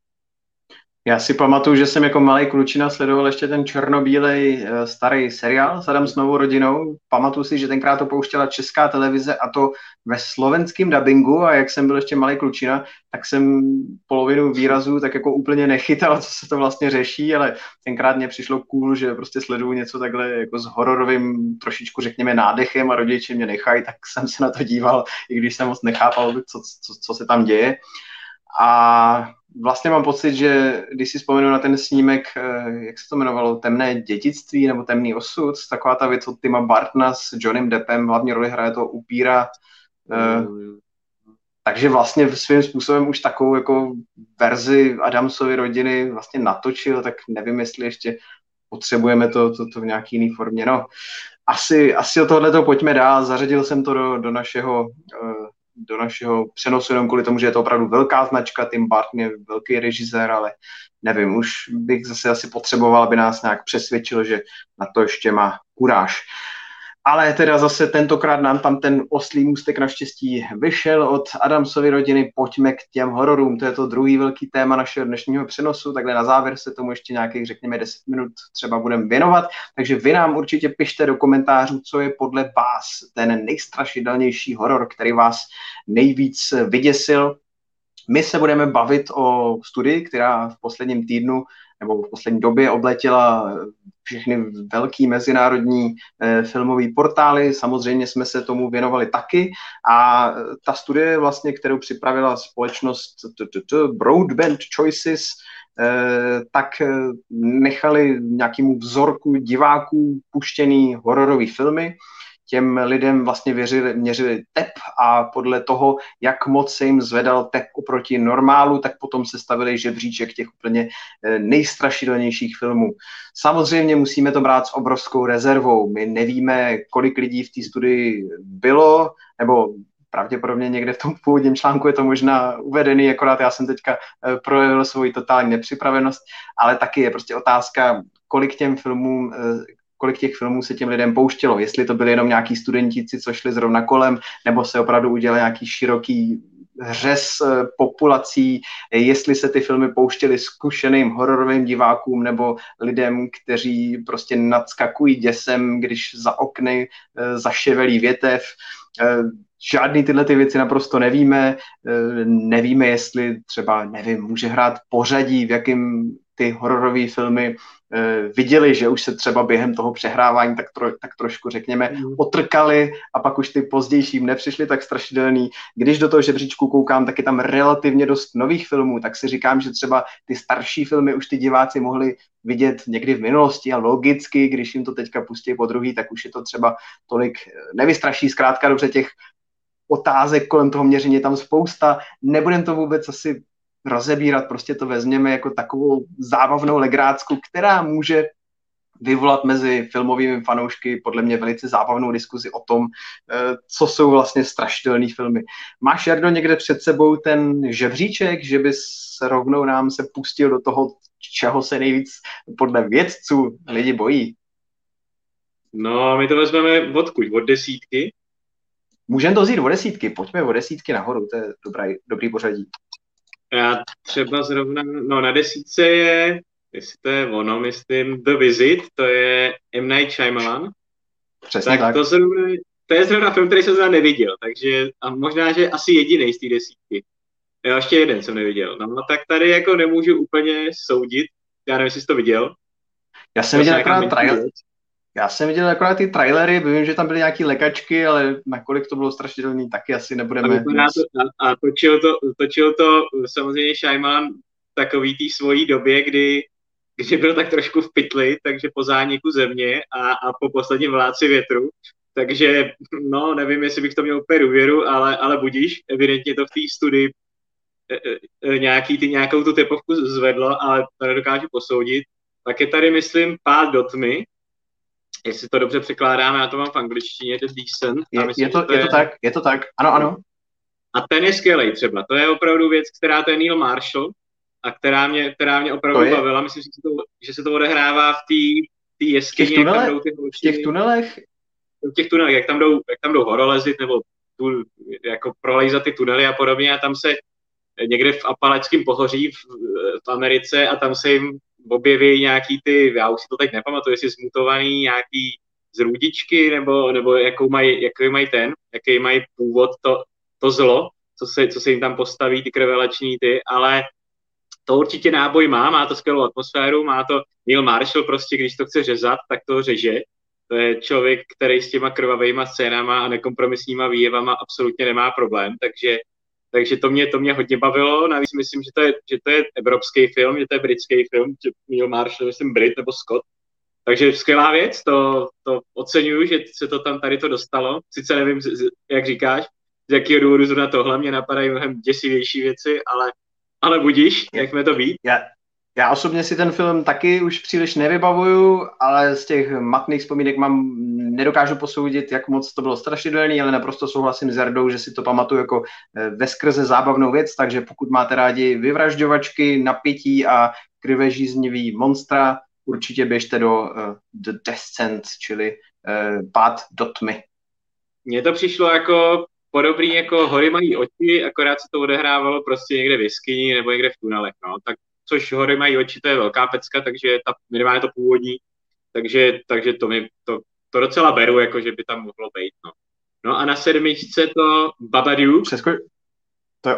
Já si pamatuju, že jsem jako malý klučina sledoval ještě ten černobílej starý seriál s Adamsovou rodinou. Pamatuju si, že tenkrát to pouštěla Česká televize a to ve slovenském dabingu a jak jsem byl ještě malý klučina, tak jsem polovinu výrazů tak jako úplně nechytal, co se to vlastně řeší, ale tenkrát mě přišlo cool, že prostě sleduju něco takhle jako s hororovým trošičku řekněme nádechem a rodiče mě nechají, tak jsem se na to díval, i když jsem moc nechápal, co se tam děje. A vlastně mám pocit, že když si vzpomenu na ten snímek, jak se to jmenovalo, Temné dědictví nebo Temný osud, taková ta věc od Tima Burtona s Johnnym Deppem, hlavní roli hraje toho upíra. Takže vlastně svým způsobem už takovou jako verzi Adamsovy rodiny vlastně natočil, tak nevím, jestli ještě potřebujeme to v nějaký jiný formě. No, asi od tohoto pojďme dál. Zařadil jsem to do našeho přenosu jenom kvůli tomu, že je to opravdu velká značka, Tim Burton je velký režisér, ale nevím, už bych zase asi potřeboval, aby nás nějak přesvědčil, že na to ještě má kuráž. Ale teda zase tentokrát nám tam ten oslý můstek naštěstí vyšel od Adamsovy rodiny. Pojďme k těm hororům. To je to druhý velký téma našeho dnešního přenosu. Takhle na závěr se tomu ještě nějakých, řekněme, 10 minut třeba budeme věnovat. Takže vy nám určitě pište do komentářů, co je podle vás ten nejstrašidelnější horor, který vás nejvíc vyděsil. My se budeme bavit o studii, která v posledním týdnu nebo v poslední době obletěla všechny velký mezinárodní filmové portály. Samozřejmě jsme se tomu věnovali taky a ta studie vlastně, kterou připravila společnost Broadband Choices, tak nechali nějakému vzorku diváků puštěný hororový filmy. Těm lidem vlastně měřili tep a podle toho, jak moc se jim zvedal tep oproti normálu, tak potom se stavili žebříček těch úplně nejstrašidelnějších filmů. Samozřejmě musíme to brát s obrovskou rezervou. My nevíme, kolik lidí v té studii bylo, nebo pravděpodobně někde v tom původním článku je to možná uvedený, akorát já jsem teďka projevil svoji totální nepřipravenost, ale taky je prostě otázka, kolik těch filmů se těm lidem pouštělo, jestli to byli jenom nějaký studentíci, co šli zrovna kolem, nebo se opravdu udělal nějaký široký řez populací, jestli se ty filmy pouštěly zkušeným hororovým divákům nebo lidem, kteří prostě nadskakují děsem, když za okny zaševelí větev. Žádný tyhle ty věci naprosto nevíme. Nevíme, jestli třeba, může hrát pořadí, v jakém ty hororové filmy viděli, že už se třeba během toho přehrávání tak trošku, řekněme, otrkali a pak už ty pozdější nepřišly tak strašidelný. Když do toho žebříčku koukám, tak je tam relativně dost nových filmů, tak si říkám, že třeba ty starší filmy už ty diváci mohli vidět někdy v minulosti a logicky, když jim to teďka pustí po druhý, tak už je to třeba tolik nevystraší. Zkrátka dobře, těch otázek kolem toho měření je tam spousta. Nebudem to vůbec asi rozebírat, prostě to vezměme jako takovou zábavnou legrácku, která může vyvolat mezi filmovými fanoušky podle mě velice zábavnou diskuzi o tom, co jsou vlastně strašidelné filmy. Máš, Jardo, někde před sebou ten žebříček, že bys rovnou nám se pustil do toho, čeho se nejvíc podle vědců lidi bojí? No, my to vezmeme odkud? Od 10? Můžeme to vzít od 10, pojďme od 10 nahoru, to je dobrý pořadí. Já třeba zrovna, no na 10 je, jestli to je ono, myslím, The Visit, to je M. Night Shyamalan. Přesně tak. To je zrovna film, který jsem zrovna neviděl, takže a možná, že asi jedinej z té 10. Jo, ještě jeden jsem neviděl. No tak tady jako nemůžu úplně soudit, já nevím, jestli jsi to viděl. Já jsem viděl akorát ty trailery, vím, že tam byly nějaký lekačky, ale nakolik to bylo strašidelný, taky asi nebudeme... A točil to samozřejmě Shyamalan v takový té svojí době, kdy byl tak trošku v pytli, takže po zániku země a po posledním vládci větru. Takže, no, nevím, jestli bych to měl úplně důvěru, ale budíš, evidentně to v té studii nějakou tu tepovku zvedlo, ale to nedokážu posoudit. Tak je tady, myslím, Pád do tmy, jestli to dobře překládáme, já to mám v angličtině, The Descent. Je to tak, ano. A ten je skvělej třeba, to je opravdu věc, která to je Neil Marshall a která mě opravdu bavila. Myslím si, že se to odehrává v té jeskyni, jak tam jdou ty v těch tunelech? V těch tunelech, jak tam jdou horolezit nebo jako prolejzat ty tunely a podobně a tam se někde v Apalačském pohoří v Americe a tam se jim objeví nějaký ty, já už si to teď nepamatuju, jestli zmutovaný nějaký zrůdičky, nebo jaký mají původ to zlo, co se jim tam postaví, ty krvelační ale to určitě náboj má to skvělou atmosféru, má to Neil Marshall prostě, když to chce řezat, tak to řeže. To je člověk, který s těma krvavejma scénama a nekompromisníma výjevama absolutně nemá problém, takže to mě hodně bavilo, navíc myslím, že to je evropský film, že to je britský film, že Neil Marshall, myslím Brit nebo Scott. Takže skvělá věc, to oceňuju, že se to tam tady to dostalo. Sice nevím, jak říkáš, z jakého důvodu zrovna tohle mě napadají mnohem děsivější věci, ale budíš, jak mě to být. Já osobně si ten film taky už příliš nevybavuju, ale z těch matných vzpomínek nedokážu posoudit, jak moc to bylo strašidelný, ale naprosto souhlasím s Jardou, že si to pamatuju jako veskrze zábavnou věc, takže pokud máte rádi vyvražďovačky, napětí a krvežíznivý monstra, určitě běžte do The Descent, čili Pád do tmy. Mně to přišlo jako podobný jako Hory mají oči, akorát se to odehrávalo prostě někde v jeskyni nebo někde v tunelech, no. Tak což Hory mají oči, to je velká pecka, takže minimálně to původní, takže to docela beru, jako že by tam mohlo být, no. No a na 7 to Babadook. To je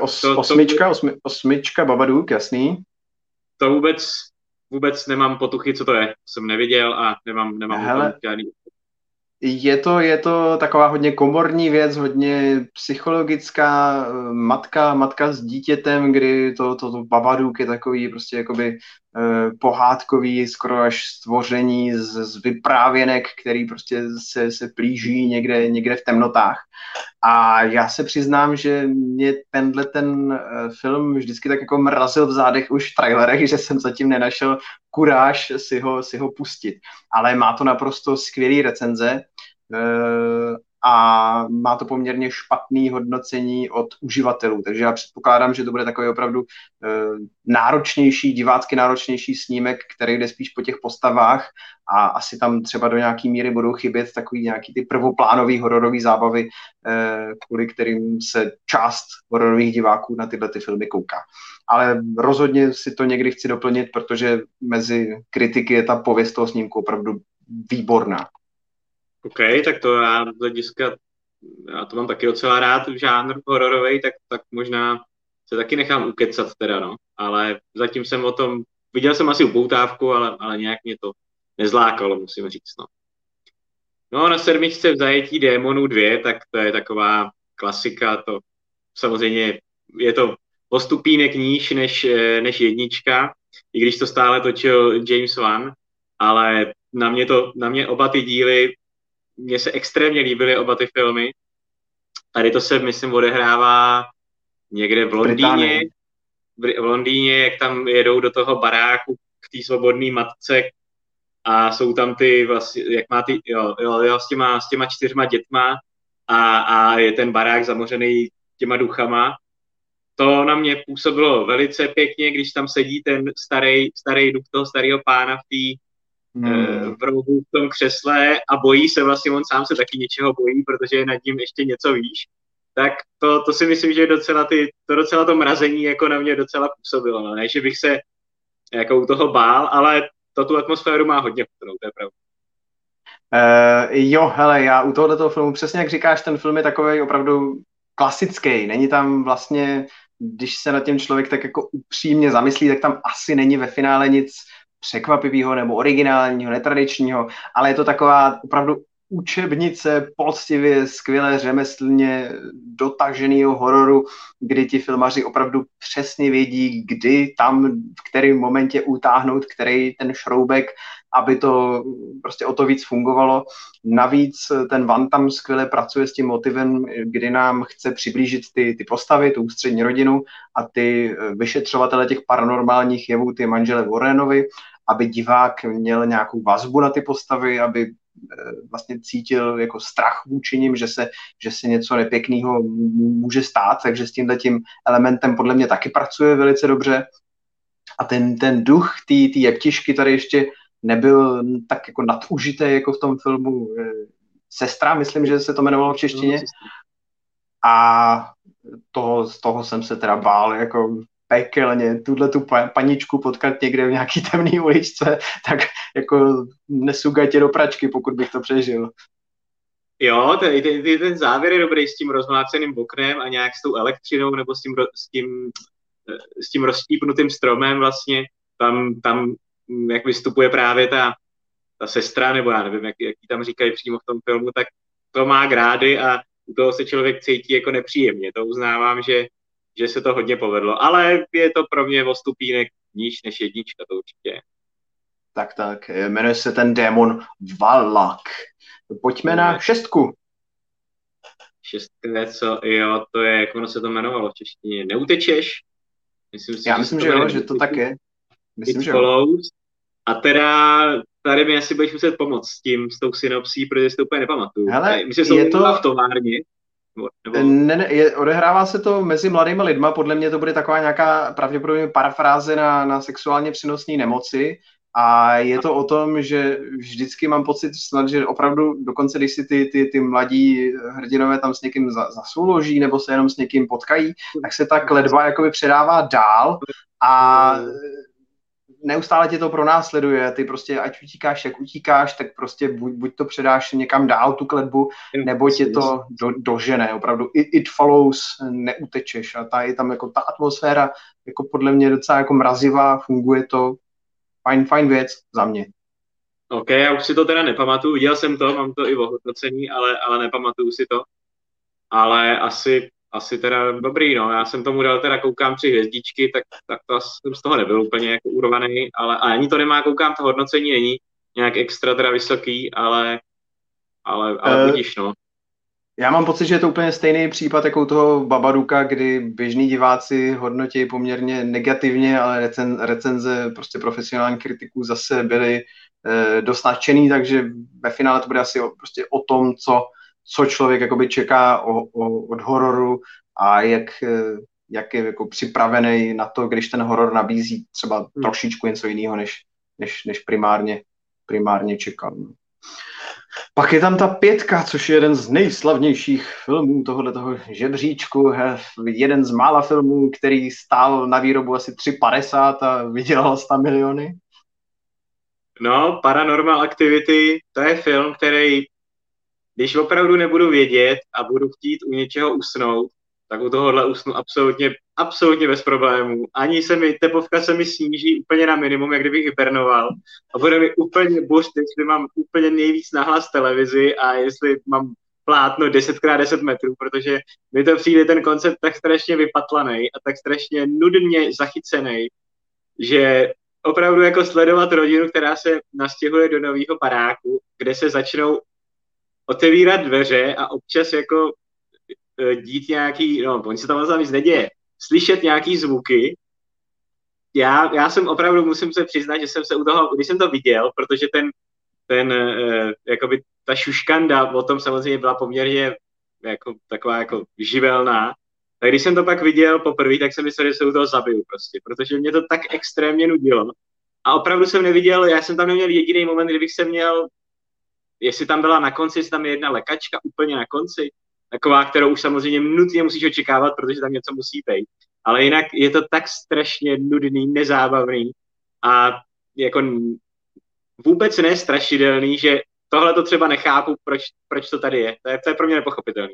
osmička Babadook, jasný. To vůbec nemám potuchy, co to je. Jsem neviděl a nemám žádný. Je to taková hodně komorní věc, hodně psychologická, matka s dítětem, kdy to Babadook je takový prostě jakoby pohádkový, skoro až stvoření z vyprávěnek, který prostě se plíží někde v temnotách. A já se přiznám, že mě ten film vždycky tak jako mrazil v zádech už v trailerech, že jsem zatím nenašel kuráž si ho pustit. Ale má to naprosto skvělý recenze a má to poměrně špatný hodnocení od uživatelů, takže já předpokládám, že to bude takový opravdu divácky náročnější snímek, který jde spíš po těch postavách a asi tam třeba do nějaký míry budou chybět takový nějaký ty prvoplánový hororový zábavy, kvůli kterým se část hororových diváků na tyhle ty filmy kouká. Ale rozhodně si to někdy chci doplnit, protože mezi kritiky je ta pověst toho snímku opravdu výborná. OK, tak to já to mám taky docela rád, žánr hororovej, tak možná se taky nechám ukecat teda, no. Ale zatím jsem o tom viděl jsem asi upoutávku, ale nějak mě to nezlákalo, musím říct, no. No na 7. v zajetí Démonů 2, tak to je taková klasika, to samozřejmě je to o stupínek níž než jednička, i když to stále točil James Wan, ale na mě oba ty díly, mně se extrémně líbily oba ty filmy. Tady to se, myslím, odehrává někde v Londýně, jak tam jedou do toho baráku k té svobodné matce a jsou tam ty vlastně, jak má ty, s těma 4 dětma a je ten barák zamořený těma duchama. To na mě působilo velice pěkně, když tam sedí ten starý duch toho starého pána v rohu v tom křesle a bojí se vlastně, on sám se taky něčeho bojí, protože je nad ním ještě něco výš. Tak to si myslím, že docela to mrazení jako na mě docela působilo. No. Ne, že bych se jako u toho bál, ale to tu atmosféru má hodně chutnou, to je pravda. Jo, hele, já u tohoto filmu, přesně jak říkáš, ten film je takový opravdu klasický. Není tam vlastně, když se nad tím člověk tak jako upřímně zamyslí, tak tam asi není ve finále nic překvapivého nebo originálního, netradičního, ale je to taková opravdu učebnice poctivě, skvěle řemeslně dotaženého hororu, kdy ti filmaři opravdu přesně vědí, kdy tam, v kterém momentě utáhnout, který ten šroubek, aby to prostě o to víc fungovalo. Navíc ten Van tam skvěle pracuje s tím motivem, kdy nám chce přiblížit ty postavy, tu ústřední rodinu a ty vyšetřovatele těch paranormálních jevů, ty manžele Warrenovi, aby divák měl nějakou vazbu na ty postavy, aby vlastně cítil jako strach vůči nim, že se něco nepěkného může stát, takže s tímhletím elementem podle mě taky pracuje velice dobře. A ten duch té jeptišky tady ještě nebyl tak jako nadužitý jako v tom filmu Sestra, myslím, že se to jmenovalo v češtině. A z toho jsem se teda bál jako pekelně, tu paničku potkat někde v nějaký temný uličce, tak jako nesu gatě do pračky, pokud bych to přežil. Jo, ten závěr je dobrý s tím rozmláceným oknem a nějak s tou elektřinou nebo s tím rozštípnutým stromem vlastně. Tam jak vystupuje právě ta sestra, nebo já nevím, jak ji tam říkají přímo v tom filmu, tak to má grády a u toho se člověk cítí jako nepříjemně. To uznávám, že se to hodně povedlo. Ale je to pro mě o stupínek níž než jednička, to určitě. Tak, jmenuje se ten démon Valak. Pojďme na 6. 6, co? Jo, to je, jak ono se to jmenovalo v češtině. Neutečeš? Já myslím, že jo, že to tak je. Myslím, že jo. A teda tady mi asi budeš muset pomoct s tou synopsí, protože si to úplně nepamatuju. Hele, myslím, že je to v továrně. Ne, odehrává se to mezi mladými lidma, podle mě to bude taková nějaká pravděpodobně parafráze na sexuálně přenosné nemoci a je to o tom, že vždycky mám pocit snad, že opravdu dokonce, když si ty mladí hrdinové tam s někým zasouloží nebo se jenom s někým potkají, tak se ta kletba jakoby předává dál a neustále tě to pronásleduje, ty prostě ať utíkáš, jak utíkáš, tak prostě buď to předáš někam dál tu kletbu, nebo tě to dožene, opravdu it follows, neutečeš a je tam jako ta atmosféra jako podle mě docela jako mrazivá, funguje to, fajn věc za mě. OK, já už si to teda nepamatuju, viděl jsem to, mám to i ohodnocení, ale nepamatuju si to, ale asi teda dobrý, no. Já jsem tomu dal teda koukám 3 hvězdičky, tak to jsem z toho nebyl úplně jako urvaný, ale ani to nemá, koukám, to hodnocení není nějak extra teda vysoký, ale budíš, no. Já mám pocit, že je to úplně stejný případ jako u toho Babadooka, kdy běžní diváci hodnotí poměrně negativně, ale recenze prostě profesionálních kritiků zase byly dost nadšený, takže ve finále to bude asi prostě o tom, co člověk jakoby čeká od hororu a jak je jako připravený na to, když ten horor nabízí třeba trošičku něco jiného, než primárně čekal. Pak je tam ta 5, což je jeden z nejslavnějších filmů tohoto žebříčku, jeden z mála filmů, který stál na výrobu asi 3,50 a vydělal 100 miliony. No, Paranormal Activity, to je film, který, když opravdu nebudu vědět a budu chtít u něčeho usnout, tak u tohohle usnu absolutně bez problémů. Tepovka se mi sníží úplně na minimum, jak kdybych hibernoval. A bude mi úplně burst, jestli mám úplně nejvíc nahlas televizi a jestli mám plátno 10x10 metrů, protože mi to přijde ten koncept tak strašně vypatlaný a tak strašně nudně zachycený, že opravdu jako sledovat rodinu, která se nastěhuje do nového baráku, kde se začnou otevírat dveře a občas jako dít nějaký, no, oni se tam vlastně nic neděje, slyšet nějaký zvuky. Já jsem opravdu, musím se přiznat, že jsem se u toho, když jsem to viděl, protože jakoby ta šuškanda o tom samozřejmě byla poměrně jako, taková jako živelná, tak když jsem to pak viděl poprvé, tak jsem myslel, že se u toho zabiju prostě, protože mě to tak extrémně nudilo. A opravdu jsem neviděl, já jsem tam neměl jediný moment, kdybych se měl, jestli tam byla na konci, jestli tam je jedna lékačka úplně na konci, taková, kterou už samozřejmě nutně musíš očekávat, protože tam něco musí být. Ale jinak je to tak strašně nudný, nezábavný a jako vůbec ne strašidelný, že tohle to třeba nechápu, proč to tady je. To je pro mě nepochopitelný.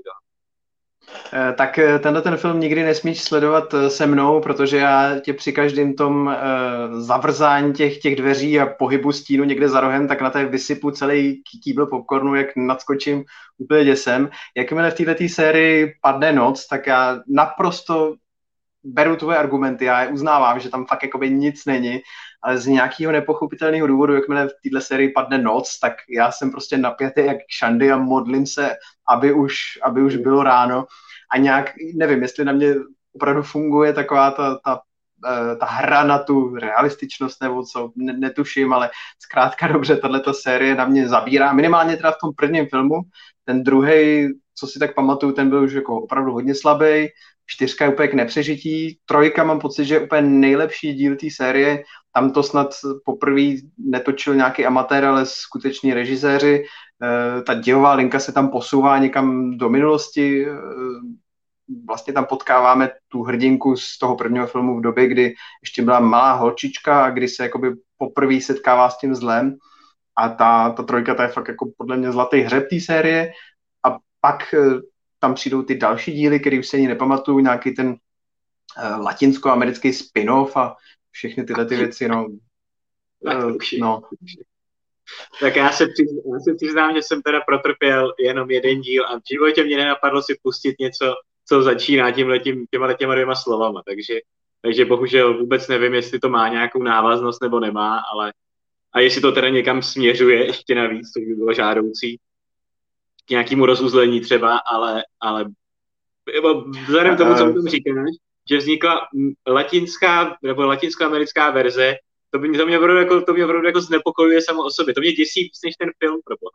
Tak tenhle ten film nikdy nesmíš sledovat se mnou, protože já tě při každém tom zavrzání těch dveří a pohybu stínu někde za rohem, tak na té vysypu celý kýbl popcornu, jak nadskočím úplně děsem. Jakmile v této sérii padne noc, tak já naprosto beru tvoje argumenty, já je uznávám, že tam fakt jakoby nic není, ale z nějakého nepochopitelného důvodu, jakmile v této sérii padne noc, tak já jsem prostě napjatý jak šandy a modlím se, aby už bylo ráno a nějak, nevím, jestli na mě opravdu funguje taková ta hra na tu realističnost nebo co, netuším, ale zkrátka dobře, tato série na mě zabírá, minimálně teda v tom prvním filmu, ten druhý, co si tak pamatuju, ten byl už jako opravdu hodně slabý, 4 je úplně k nepřežití, 3 mám pocit, že je úplně nejlepší díl té série, tam to snad poprvé netočil nějaký amatér, ale skuteční režiséři, ta dějová linka se tam posouvá někam do minulosti, vlastně tam potkáváme tu hrdinku z toho prvního filmu v době, kdy ještě byla malá holčička a kdy se jakoby poprvé setkává s tím zlem a ta 3 ta je fakt jako podle mě zlatý hřeb té série a pak tam přijdou ty další díly, které už se ani nepamatuju, nějaký ten latinsko-americký spin-off a všechny tyhle ty věci, no. No. Tak já se přiznám, že jsem teda protrpěl jenom jeden díl a v životě mě nenapadlo si pustit něco, co začíná těma 2 slovama, takže bohužel vůbec nevím, jestli to má nějakou návaznost nebo nemá, ale a jestli to teda někam směřuje ještě navíc, což by bylo žádoucí, k nějakému rozuzlení třeba, ale vzhledem k tomu, co mi říkáš, že vznikla latinskoamerická verze, to mě opravdu jako znepokojuje samo o sobě. To mě děsí víc než ten film, proboha.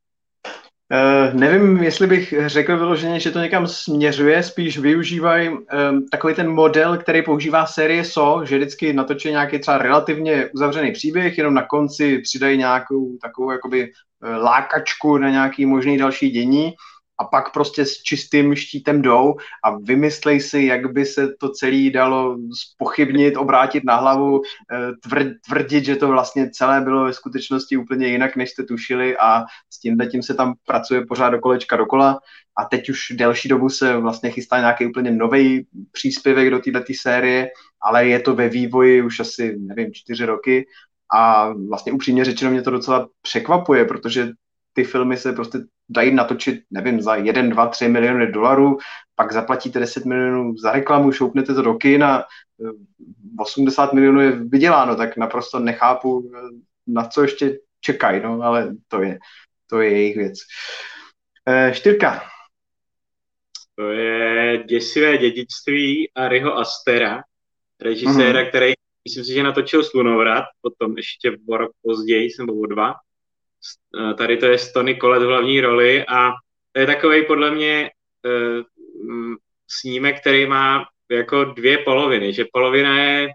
Nevím, jestli bych řekl vyloženě, že to někam směřuje, spíš využívají takový ten model, který používá série So, že vždycky natočí nějaký třeba relativně uzavřený příběh, jenom na konci přidají nějakou takovou jakoby lákačku na nějaký možný další dění a pak prostě s čistým štítem jdou a vymyslej si, jak by se to celé dalo zpochybnit, obrátit na hlavu, tvrdit, že to vlastně celé bylo ve skutečnosti úplně jinak, než jste tušili a s tím se tam pracuje pořád do kolečka dokola a teď už delší dobu se vlastně chystá nějaký úplně nový příspěvek do této série, ale je to ve vývoji už asi, nevím, 4 roky a vlastně upřímně řečeno mě to docela překvapuje, protože ty filmy se prostě dají natočit, nevím, za 1, 2, 3 miliony dolarů, pak zaplatíte 10 milionů za reklamu, šoupnete to do kin a 80 milionů je vyděláno, tak naprosto nechápu, na co ještě čekají, no, ale to je jejich věc. 4. To je Děsivé dědictví Ariho Astera, režiséra, který myslím si, že natočil Slunovrat, potom ještě o rok později, nebo o 2. Tady to je Toni Collette v hlavní roli a to je takovej podle mě snímek, který má jako 2 poloviny, že polovina je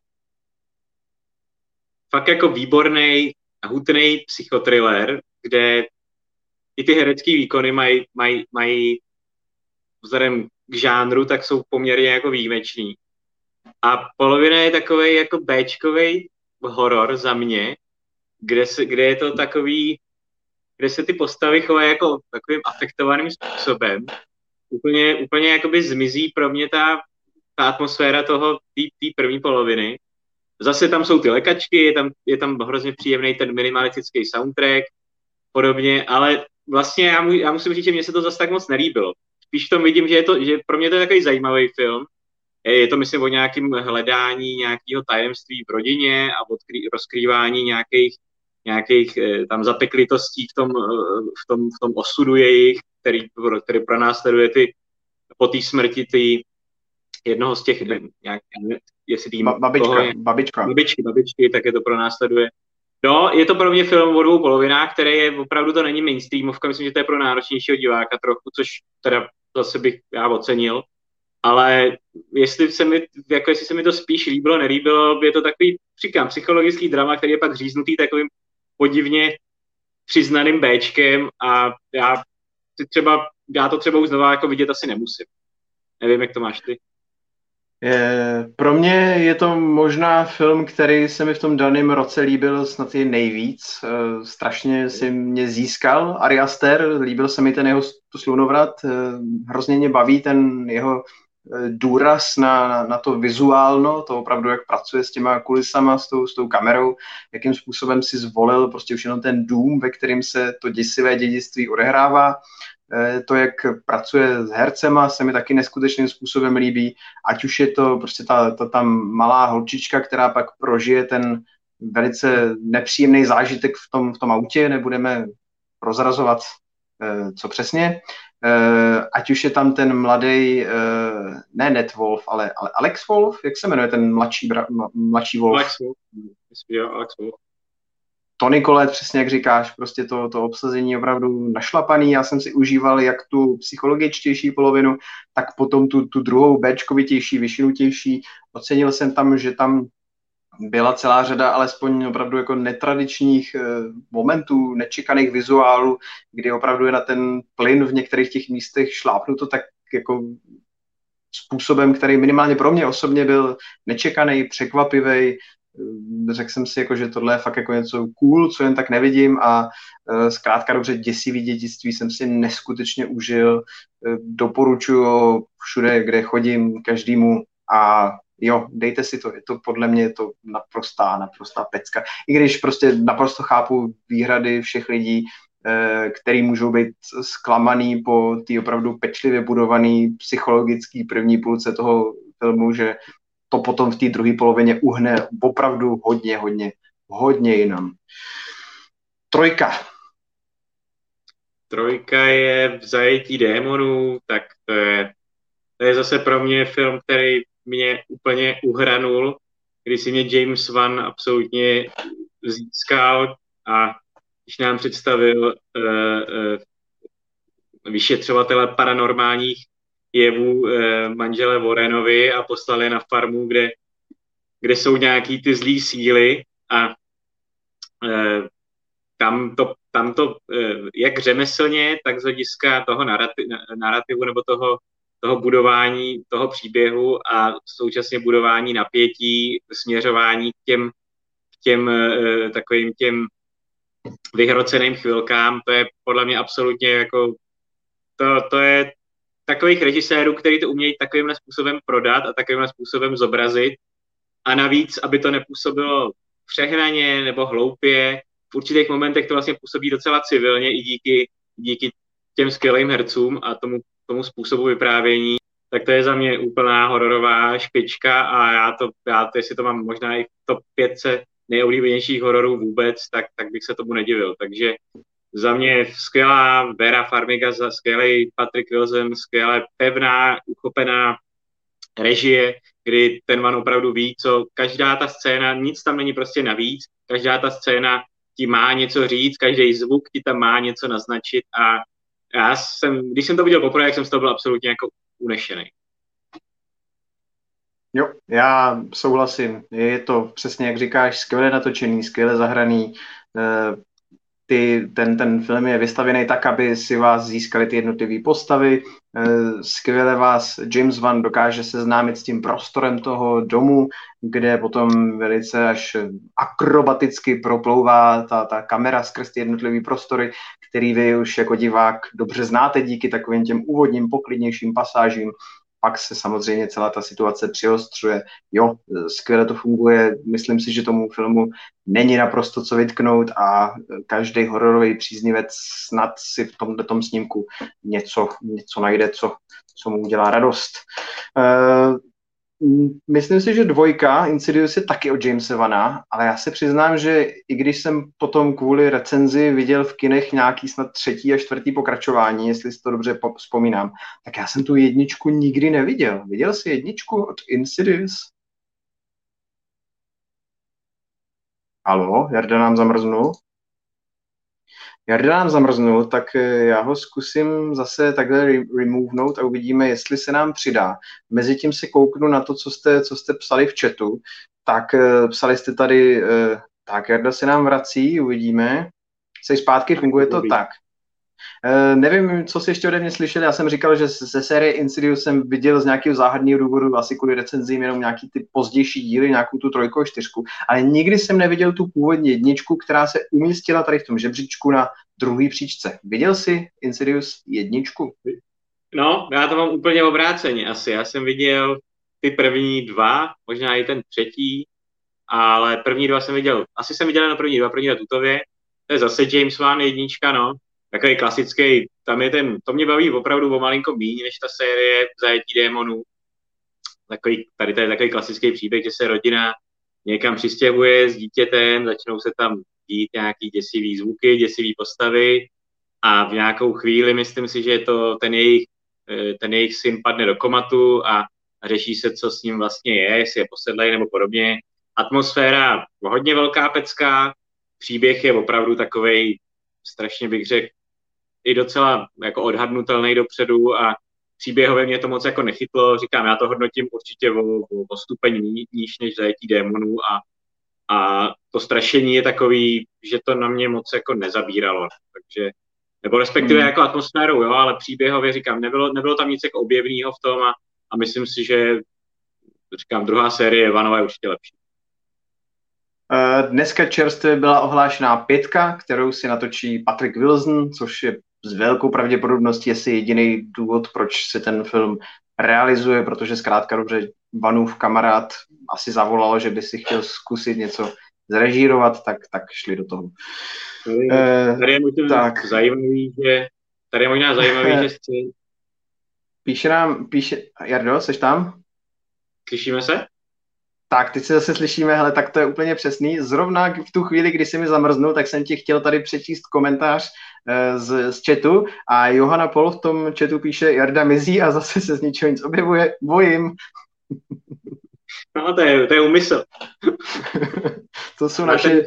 fakt jako výborný a hutný psychotriller, kde i ty herecký výkony mají vzhledem k žánru, tak jsou poměrně jako výjimečný. A polovina je takovej jako béčkovej horor za mě, kde je to takový, kde se ty postavy chovají jako takovým afektovaným způsobem. Úplně jakoby zmizí pro mě ta ta atmosféra té první poloviny. Zase tam jsou ty lekačky, je tam hrozně příjemný ten minimalistický soundtrack, podobně, ale vlastně já musím říct, že mně se to zase tak moc nelíbilo. Spíš v tom vidím, že pro mě to je takový zajímavý film. Je to, myslím, o nějakém hledání nějakého tajemství v rodině a rozkrývání nějakých tam zapeklitostí v tom osudu jejich, který pro nás sleduje po té smrti jednoho z těch, jestli tým babičky, tak je to pro nás sleduje. No, je to pro mě film o dvou polovinách, který je opravdu, to není mainstreamovka, myslím, že to je pro náročnějšího diváka trochu, což teda zase bych já ocenil, ale jestli se mi to spíš líbilo, nelíbilo, je to takový, říkám, psychologický drama, který je pak říznutý takovým podivně přiznaným Bčkem a já to třeba už znova jako vidět asi nemusím. Nevím, jak to máš ty. Pro mě je to možná film, který se mi v tom daném roce líbil snad i nejvíc. Strašně si mě získal Ari Aster, líbil se mi ten jeho slunovrat, hrozně mě baví ten jeho důraz na to vizuálno, to opravdu, jak pracuje s těma kulisama, s tou kamerou, jakým způsobem si zvolil prostě už jenom ten dům, ve kterým se to děsivé dědictví odehrává. To, jak pracuje s hercema, se mi taky neskutečným způsobem líbí, ať už je to prostě ta malá holčička, která pak prožije ten velice nepříjemný zážitek v tom autě, nebudeme prozrazovat, co přesně, ať už je tam ten mladý, ne Ned Wolf, ale Alex Wolf, jak se jmenuje ten mladší Wolf? Alex Wolf. Tony Collette, přesně jak říkáš, prostě to obsazení opravdu našlapaný. Já jsem si užíval jak tu psychologičtější polovinu, tak potom tu druhou béčkovitější, vyšinutější. Ocenil jsem tam, že tam byla celá řada alespoň opravdu jako netradičních momentů, nečekaných vizuálů, kdy opravdu je na ten plyn v některých těch místech šlápnuto tak jako způsobem, který minimálně pro mě osobně byl nečekaný, překvapivý. Řekl jsem si, jako, že tohle je fakt jako něco cool, co jen tak nevidím a zkrátka dobře děsivý dědictví jsem si neskutečně užil. Doporučuji všude, kde chodím, každému a jo, dejte si to, je to podle mě je to naprostá pecka. I když prostě naprosto chápu výhrady všech lidí, který můžou být zklamaný po té opravdu pečlivě budované psychologické první půlce toho filmu, že to potom v té druhé polovině uhne opravdu hodně jinam. Trojka je V zajetí démonů, tak to je zase pro mě film, který mě úplně uhranul, kdy si mě James Wan absolutně získal a když nám představil vyšetřovatele paranormálních jevů manžele Warrenovi a poslali na farmu, kde jsou nějaký ty zlý síly a tam to jak řemeslně, tak z hlediska toho narrativu nebo toho budování toho příběhu a současně budování napětí, směřování k těm takovým těm vyhroceným chvilkám, to je podle mě absolutně jako to je takových režisérů, který to umějí takovýmhle způsobem prodat a takovýmhle způsobem zobrazit a navíc, aby to nepůsobilo přehnaně nebo hloupě, v určitých momentech to vlastně působí docela civilně i díky těm skvělým hercům a tomu způsobu vyprávění, tak to je za mě úplná hororová špička a já jestli to mám možná i v top 5 nejoblíbenějších hororů vůbec, tak bych se tomu nedivil. Takže za mě skvělá Vera Farmiga, skvělý Patrick Wilson, skvěle pevná, uchopená režie, kdy ten man opravdu ví, co každá ta scéna, nic tam není prostě navíc, každá ta scéna ti má něco říct, každý zvuk ti tam má něco naznačit a když jsem to viděl poprvé, jak jsem z toho byl absolutně jako unešený. Jo, já souhlasím. Je to přesně, jak říkáš, skvěle natočený, skvěle zahraný. Ten film je vystavěný tak, aby si vás získali ty jednotlivé postavy. Skvěle vás James Wan dokáže seznámit s tím prostorem toho domu, kde potom velice až akrobaticky proplouvá ta kamera skrz ty jednotlivé prostory, který vy už jako divák dobře znáte díky takovým těm úvodním poklidnějším pasážím. pak se samozřejmě celá ta situace přiostřuje. Jo, skvěle to funguje, myslím si, že tomu filmu není naprosto co vytknout a každý hororový příznivec snad si v tomto snímku něco najde, co mu udělá radost. Myslím si, že 2 Insidious je taky od Jamese Vana, ale já se přiznám, že i když jsem potom kvůli recenzi viděl v kinech nějaký snad 3. a 4. pokračování, jestli si to dobře vzpomínám, tak já jsem tu 1 nikdy neviděl. Viděl jsi 1 od Insidious? Haló, Jarda nám zamrznul, tak já ho zkusím zase takhle removenout a uvidíme, jestli se nám přidá. Mezitím se kouknu na to, co jste psali v chatu. Tak psali jste tady, tak Jarda se nám vrací, uvidíme. Jsi zpátky, funguje to tak. Nevím, co jsi ještě ode mě slyšel, já jsem říkal, že ze série Insidious jsem viděl z nějakého záhadného důvodu, asi kvůli recenzím, jenom nějaký ty pozdější díly, nějakou tu 3 a 4, ale nikdy jsem neviděl tu původní 1, která se umístila tady v tom žebříčku na 2. příčce. Viděl jsi Insidious 1? No, já to mám úplně obráceně asi. Já jsem viděl ty první 2, možná i ten 3, ale první 2 jsem viděl, asi jsem viděl na první 2 tutově, to je zase James Wan 1, no. Takový klasický, tam je to mě baví opravdu o malinko míň, než ta série Zajetí démonů. Tady to je takový klasický příběh, že se rodina někam přistěhuje s dítětem, začnou se tam dít nějaký děsivý zvuky, děsivý postavy a v nějakou chvíli myslím si, že ten jejich syn padne do komatu a řeší se, co s ním vlastně je, jestli je posedlej nebo podobně. Atmosféra hodně velká pecka, příběh je opravdu takovej, strašně bych řekl, i docela jako odhadnutelný dopředu a příběhově mě to moc jako nechytlo. Říkám, já to hodnotím určitě o stupeň níž než Zajetí démonů a to strašení je takový, že to na mě moc jako nezabíralo. Takže, nebo respektive jako atmosférou, jo, ale příběhově říkám, nebylo tam nic jako objevného v tom a myslím si, že říkám, 2. série Vanova je určitě lepší. Dneska čerstvě byla ohlášená 5, kterou si natočí Patrick Wilson, což je s velkou pravděpodobností asi jediný důvod, proč se ten film realizuje, protože zkrátka dobře Vanův kamarád asi zavolal, že by si chtěl zkusit něco zrežírovat, tak šli do toho. Tady je možná zajímavý, že Píše, Jardo, seš tam? Slyšíme se? Tak, teď se zase slyšíme, hele, tak to je úplně přesný. Zrovna v tu chvíli, kdy jsi mi zamrznul, tak jsem ti chtěl tady přečíst komentář z chatu a Johana Pol v tom chatu píše, Jarda mizí a zase se z ničeho nic objevuje, bojím. No, to je úmysl. To jsou naše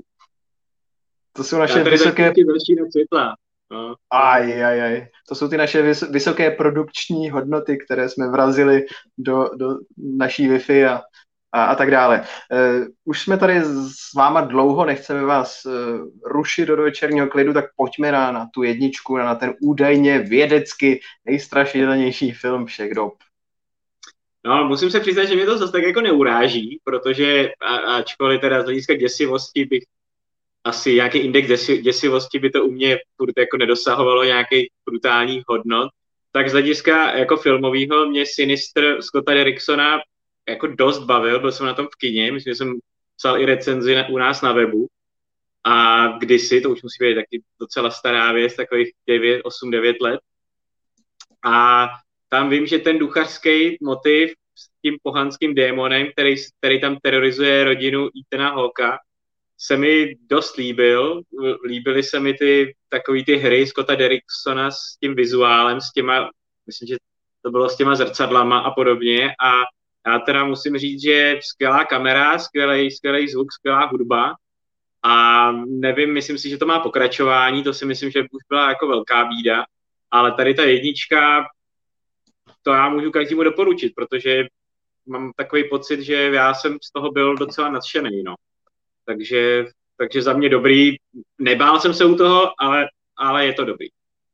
vysoké... No. To jsou ty naše vysoké produkční hodnoty, které jsme vrazili do naší Wi-Fi a tak dále. Už jsme tady s váma dlouho, nechceme vás rušit do večerního klidu, tak pojďme na tu 1, na ten údajně vědecky nejstrašidelnější film všech dob. No, musím se přiznat, že mě to zase tak jako neuráží, protože ačkoliv teda z hlediska děsivosti bych asi nějaký index děsivosti by to u mě furt jako nedosahovalo nějakých brutálních hodnot, tak z hlediska jako filmového mě Sinister Scotta Derricksona jako dost bavil, byl jsem na tom v kině, myslím, že jsem psal i recenzi u nás na webu a kdysi, to už musí být taky docela stará věc, takových 8, 9 let a tam vím, že ten duchařský motiv s tím pohanským démonem, který tam terorizuje rodinu Ethana Hawka, se mi dost líbil. Líbily se mi takový ty hry Scotta Derricksona s tím vizuálem, myslím, že to bylo s těma zrcadlama a podobně a já teda musím říct, že skvělá kamera, skvělý zvuk, skvělá hudba a nevím, myslím si, že to má pokračování, to si myslím, že už byla jako velká bída, ale tady ta 1, to já můžu každému doporučit, protože mám takový pocit, že já jsem z toho byl docela nadšený, no. Takže za mě dobrý. Nebál jsem se u toho, ale je to dobrý.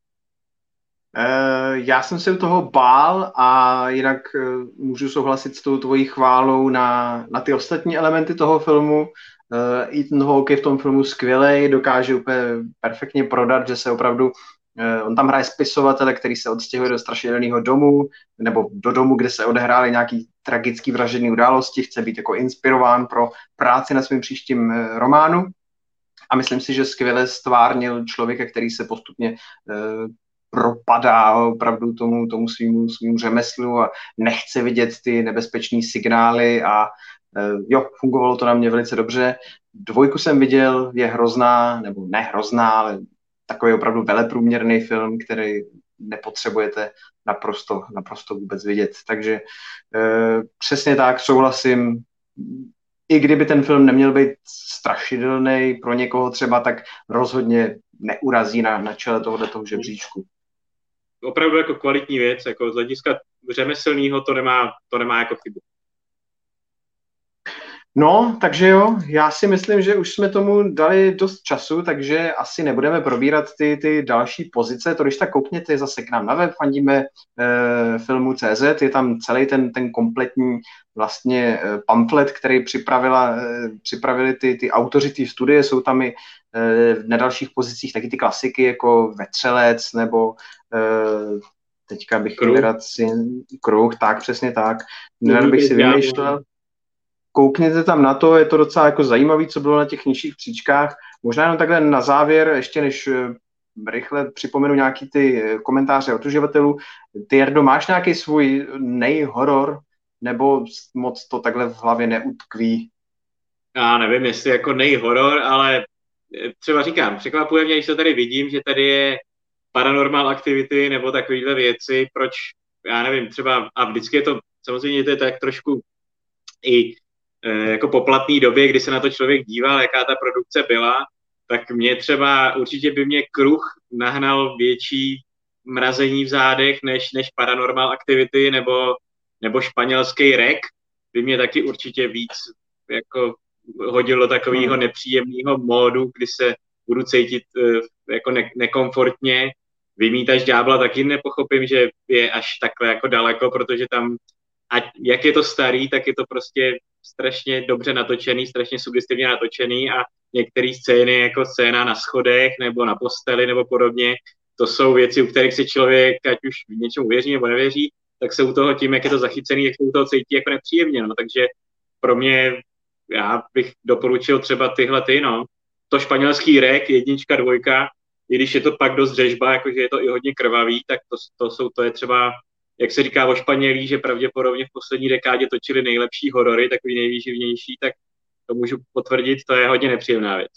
Já jsem se u toho bál a jinak můžu souhlasit s tou tvojí chválou na ty ostatní elementy toho filmu. Ethan Hawke je v tom filmu skvělej, dokáže úplně perfektně prodat, že se opravdu On tam hraje spisovatele, který se odstěhuje do strašidelného domu, nebo do domu, kde se odehrály nějaký tragický vražedný události, chce být jako inspirován pro práci na svém příštím románu. A myslím si, že skvěle stvárnil člověka, který se postupně propadá opravdu tomu svýmu řemeslu a nechce vidět ty nebezpečné signály a jo, fungovalo to na mě velice dobře. 2 jsem viděl, je hrozná, nebo ne hrozná, ale takový opravdu veleprůměrný film, který nepotřebujete naprosto vůbec vidět. Takže přesně tak, souhlasím. I kdyby ten film neměl být strašidelný pro někoho třeba, tak rozhodně neurazí na čele tohoto žebříčku. Opravdu jako kvalitní věc, jako z hlediska řemeslného to nemá jako chybu. No, takže jo, já si myslím, že už jsme tomu dali dost času, takže asi nebudeme probírat ty další pozice, to když tak koukněte zase k nám na web, fandíme filmu.cz, je tam celý ten kompletní vlastně pamflet, který připravili ty autoři té studie, jsou tam i na dalších pozicích taky ty klasiky jako Vetřelec nebo teďka bych měl si Kruh, tak přesně tak, nerad bych si vymýšlel. Koukněte tam na to, je to docela jako zajímavé, co bylo na těch nižších příčkách. Možná jenom takhle na závěr, ještě než rychle připomenu nějaký ty komentáře od uživatelů. Ty, Jardo, máš nějaký svůj nejhoror, nebo moc to takhle v hlavě neutkví? Já nevím, jestli jako nejhoror, ale třeba říkám, překvapuje mě, když to tady vidím, že tady je Paranormal Activity nebo takovýhle věci, proč, já nevím, třeba, a vždycky je to, samozřejmě to je tak trošku i jako poplatný době, kdy se na to člověk díval, jaká ta produkce byla, tak mě třeba, určitě by mě Kruh nahnal větší mrazení v zádech než Paranormal Activity nebo španělský REC, by mě taky určitě víc jako hodil do takového nepříjemného módu, kdy se budu cítit jako nekomfortně. Vymítač ďábla taky nepochopím, že je až takhle jako daleko, protože tam, a jak je to starý, tak je to prostě strašně dobře natočený, strašně sugestivně natočený a některé scény, jako scéna na schodech nebo na posteli nebo podobně, to jsou věci, u kterých se člověk, ať už něčemu věří nebo nevěří, tak se u toho tím, jak je to zachycený, jak se u toho cítí jako nepříjemně. No. Takže pro mě, já bych doporučil třeba tyhle no. To španělský REC, 1, 2, i když je to pak dost řežba, jakože je to i hodně krvavý, tak to je třeba, jak se říká o Španělí, že pravděpodobně v poslední dekádě točili nejlepší horory, takový nejvýživnější, tak to můžu potvrdit, to je hodně nepříjemná věc.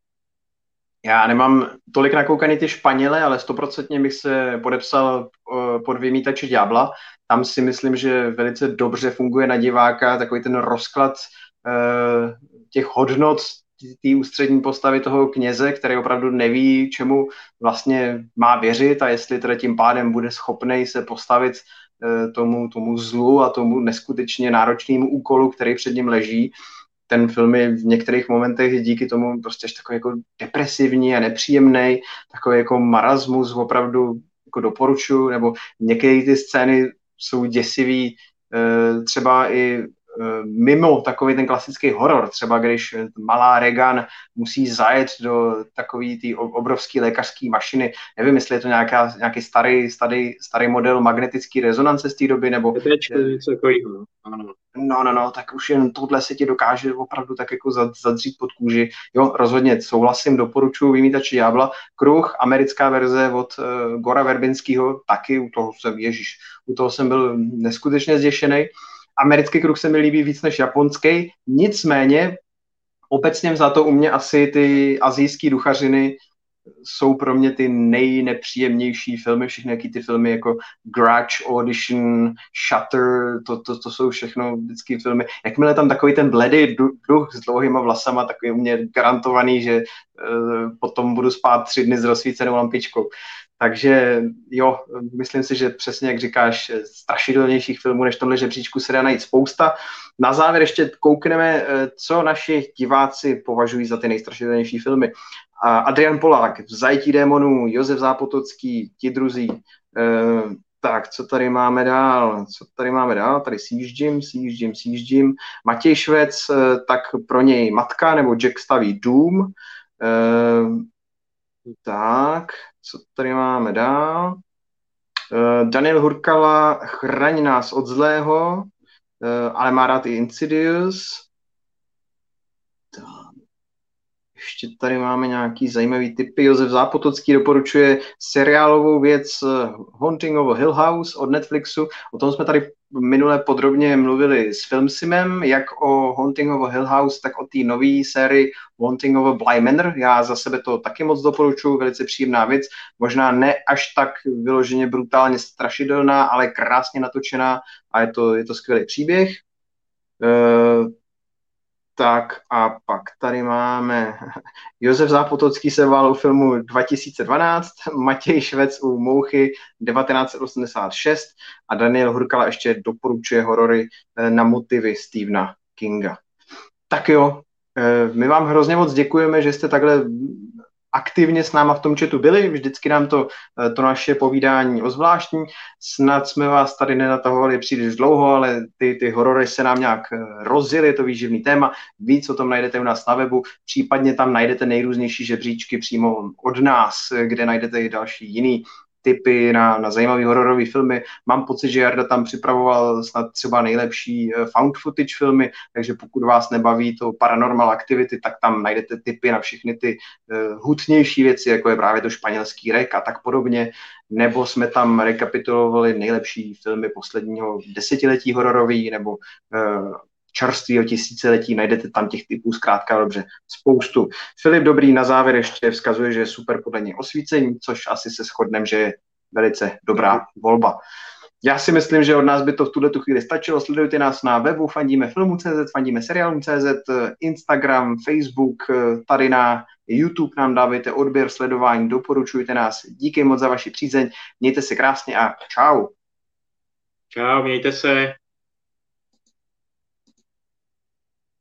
Já nemám tolik nakoukaný ty Španěle, ale 100% bych se podepsal pod Vymítače ďábla. Tam si myslím, že velice dobře funguje na diváka takový ten rozklad těch hodnot té ústřední postavy toho kněze, který opravdu neví, čemu vlastně má věřit a jestli teda tím pádem bude schopnej se postavit tomu zlu a tomu neskutečně náročnému úkolu, který před ním leží. Ten film je v některých momentech díky tomu prostě takový jako depresivní a nepříjemný, takový jako marasmus opravdu jako doporučuji, nebo některé ty scény jsou děsivý, třeba i mimo takový ten klasický horor, třeba když malá Regan musí zajet do takový ty obrovský lékařský mašiny, nevím, jestli je to nějaký starý model magnetické rezonance z té doby, nebo... něco takového, ano. No, tak už jen tohle se ti dokáže opravdu tak jako zadřít pod kůži. Jo, rozhodně souhlasím, doporučuji Vymítače ďábla. Kruh, americká verze od Gora Verbinského, taky u toho jsem byl neskutečně zděšený. Americký Kruh se mi líbí víc než japonský, nicméně obecně za to u mě asi ty asijský duchařiny jsou pro mě ty nejnepříjemnější filmy, všechny jaký ty filmy jako Grudge, Audition, Shutter, to jsou všechno vždycky filmy. Jakmile tam takový ten bledý duch s dlouhýma vlasama, tak je u mě garantovaný, že potom budu spát 3 dny s rozsvícenou lampičkou. Takže jo, myslím si, že přesně jak říkáš, strašidelnějších filmů než tomhle žebříčku se dá najít spousta. Na závěr ještě koukneme, co naši diváci považují za ty nejstrašidelnější filmy. Adrian Polák, V zajetí démonů, Josef Zápotocký, ti druzí. Tak, co tady máme dál? Tady sjíždím. Matěj Švec, tak pro něj Matka, nebo Jack staví dům. Tak, co tady máme dál? Daniel Hurkala, Chraň nás od zlého, ale má rád i Insidious. Ještě tady máme nějaký zajímavý tipy. Josef Zápotocký doporučuje seriálovou věc Haunting of Hill House od Netflixu. O tom jsme tady minule podrobně mluvili s Filmsimem, jak o Haunting of Hill House, tak o té nové sérii Haunting of Bly Manor. Já za sebe to taky moc doporučuji, velice příjemná věc. Možná ne až tak vyloženě brutálně strašidelná, ale krásně natočená a je to skvělý příběh. Tak a pak tady máme Josef Zápotocký se vál u filmu 2012, Matěj Švec u Mouchy 1986 a Daniel Hurkala ještě doporučuje horory na motivy Stephena Kinga. Tak jo, my vám hrozně moc děkujeme, že jste takhle aktivně s náma v tom chatu byli, vždycky nám to naše povídání ozvláštní. Snad jsme vás tady nenatahovali příliš dlouho, ale ty horory se nám nějak rozjeli, je to výživný téma. Víc o tom najdete u nás na webu, případně tam najdete nejrůznější žebříčky přímo od nás, kde najdete i další jiný tipy na zajímavý hororový filmy. Mám pocit, že Jarda tam připravoval snad třeba nejlepší found footage filmy, takže pokud vás nebaví to Paranormal Activity, tak tam najdete tipy na všechny ty hutnější věci, jako je právě to španělský rek a tak podobně, nebo jsme tam rekapitulovali nejlepší filmy posledního desetiletí hororový, nebo čerstvého tisíciletí, najdete tam těch typů zkrátka dobře spoustu. Filip Dobrý na závěr ještě vzkazuje, že je super podle něj Osvícení, což asi se shodneme, že je velice dobrá volba. Já si myslím, že od nás by to v tuhletu chvíli stačilo. Sledujte nás na webu Fandíme filmu.cz, Fandíme seriálům.cz, Instagram, Facebook, tady na YouTube nám dávejte odběr, sledování, doporučujte nás. Díky moc za vaši přízeň, mějte se krásně a čau. Čau, mějte se.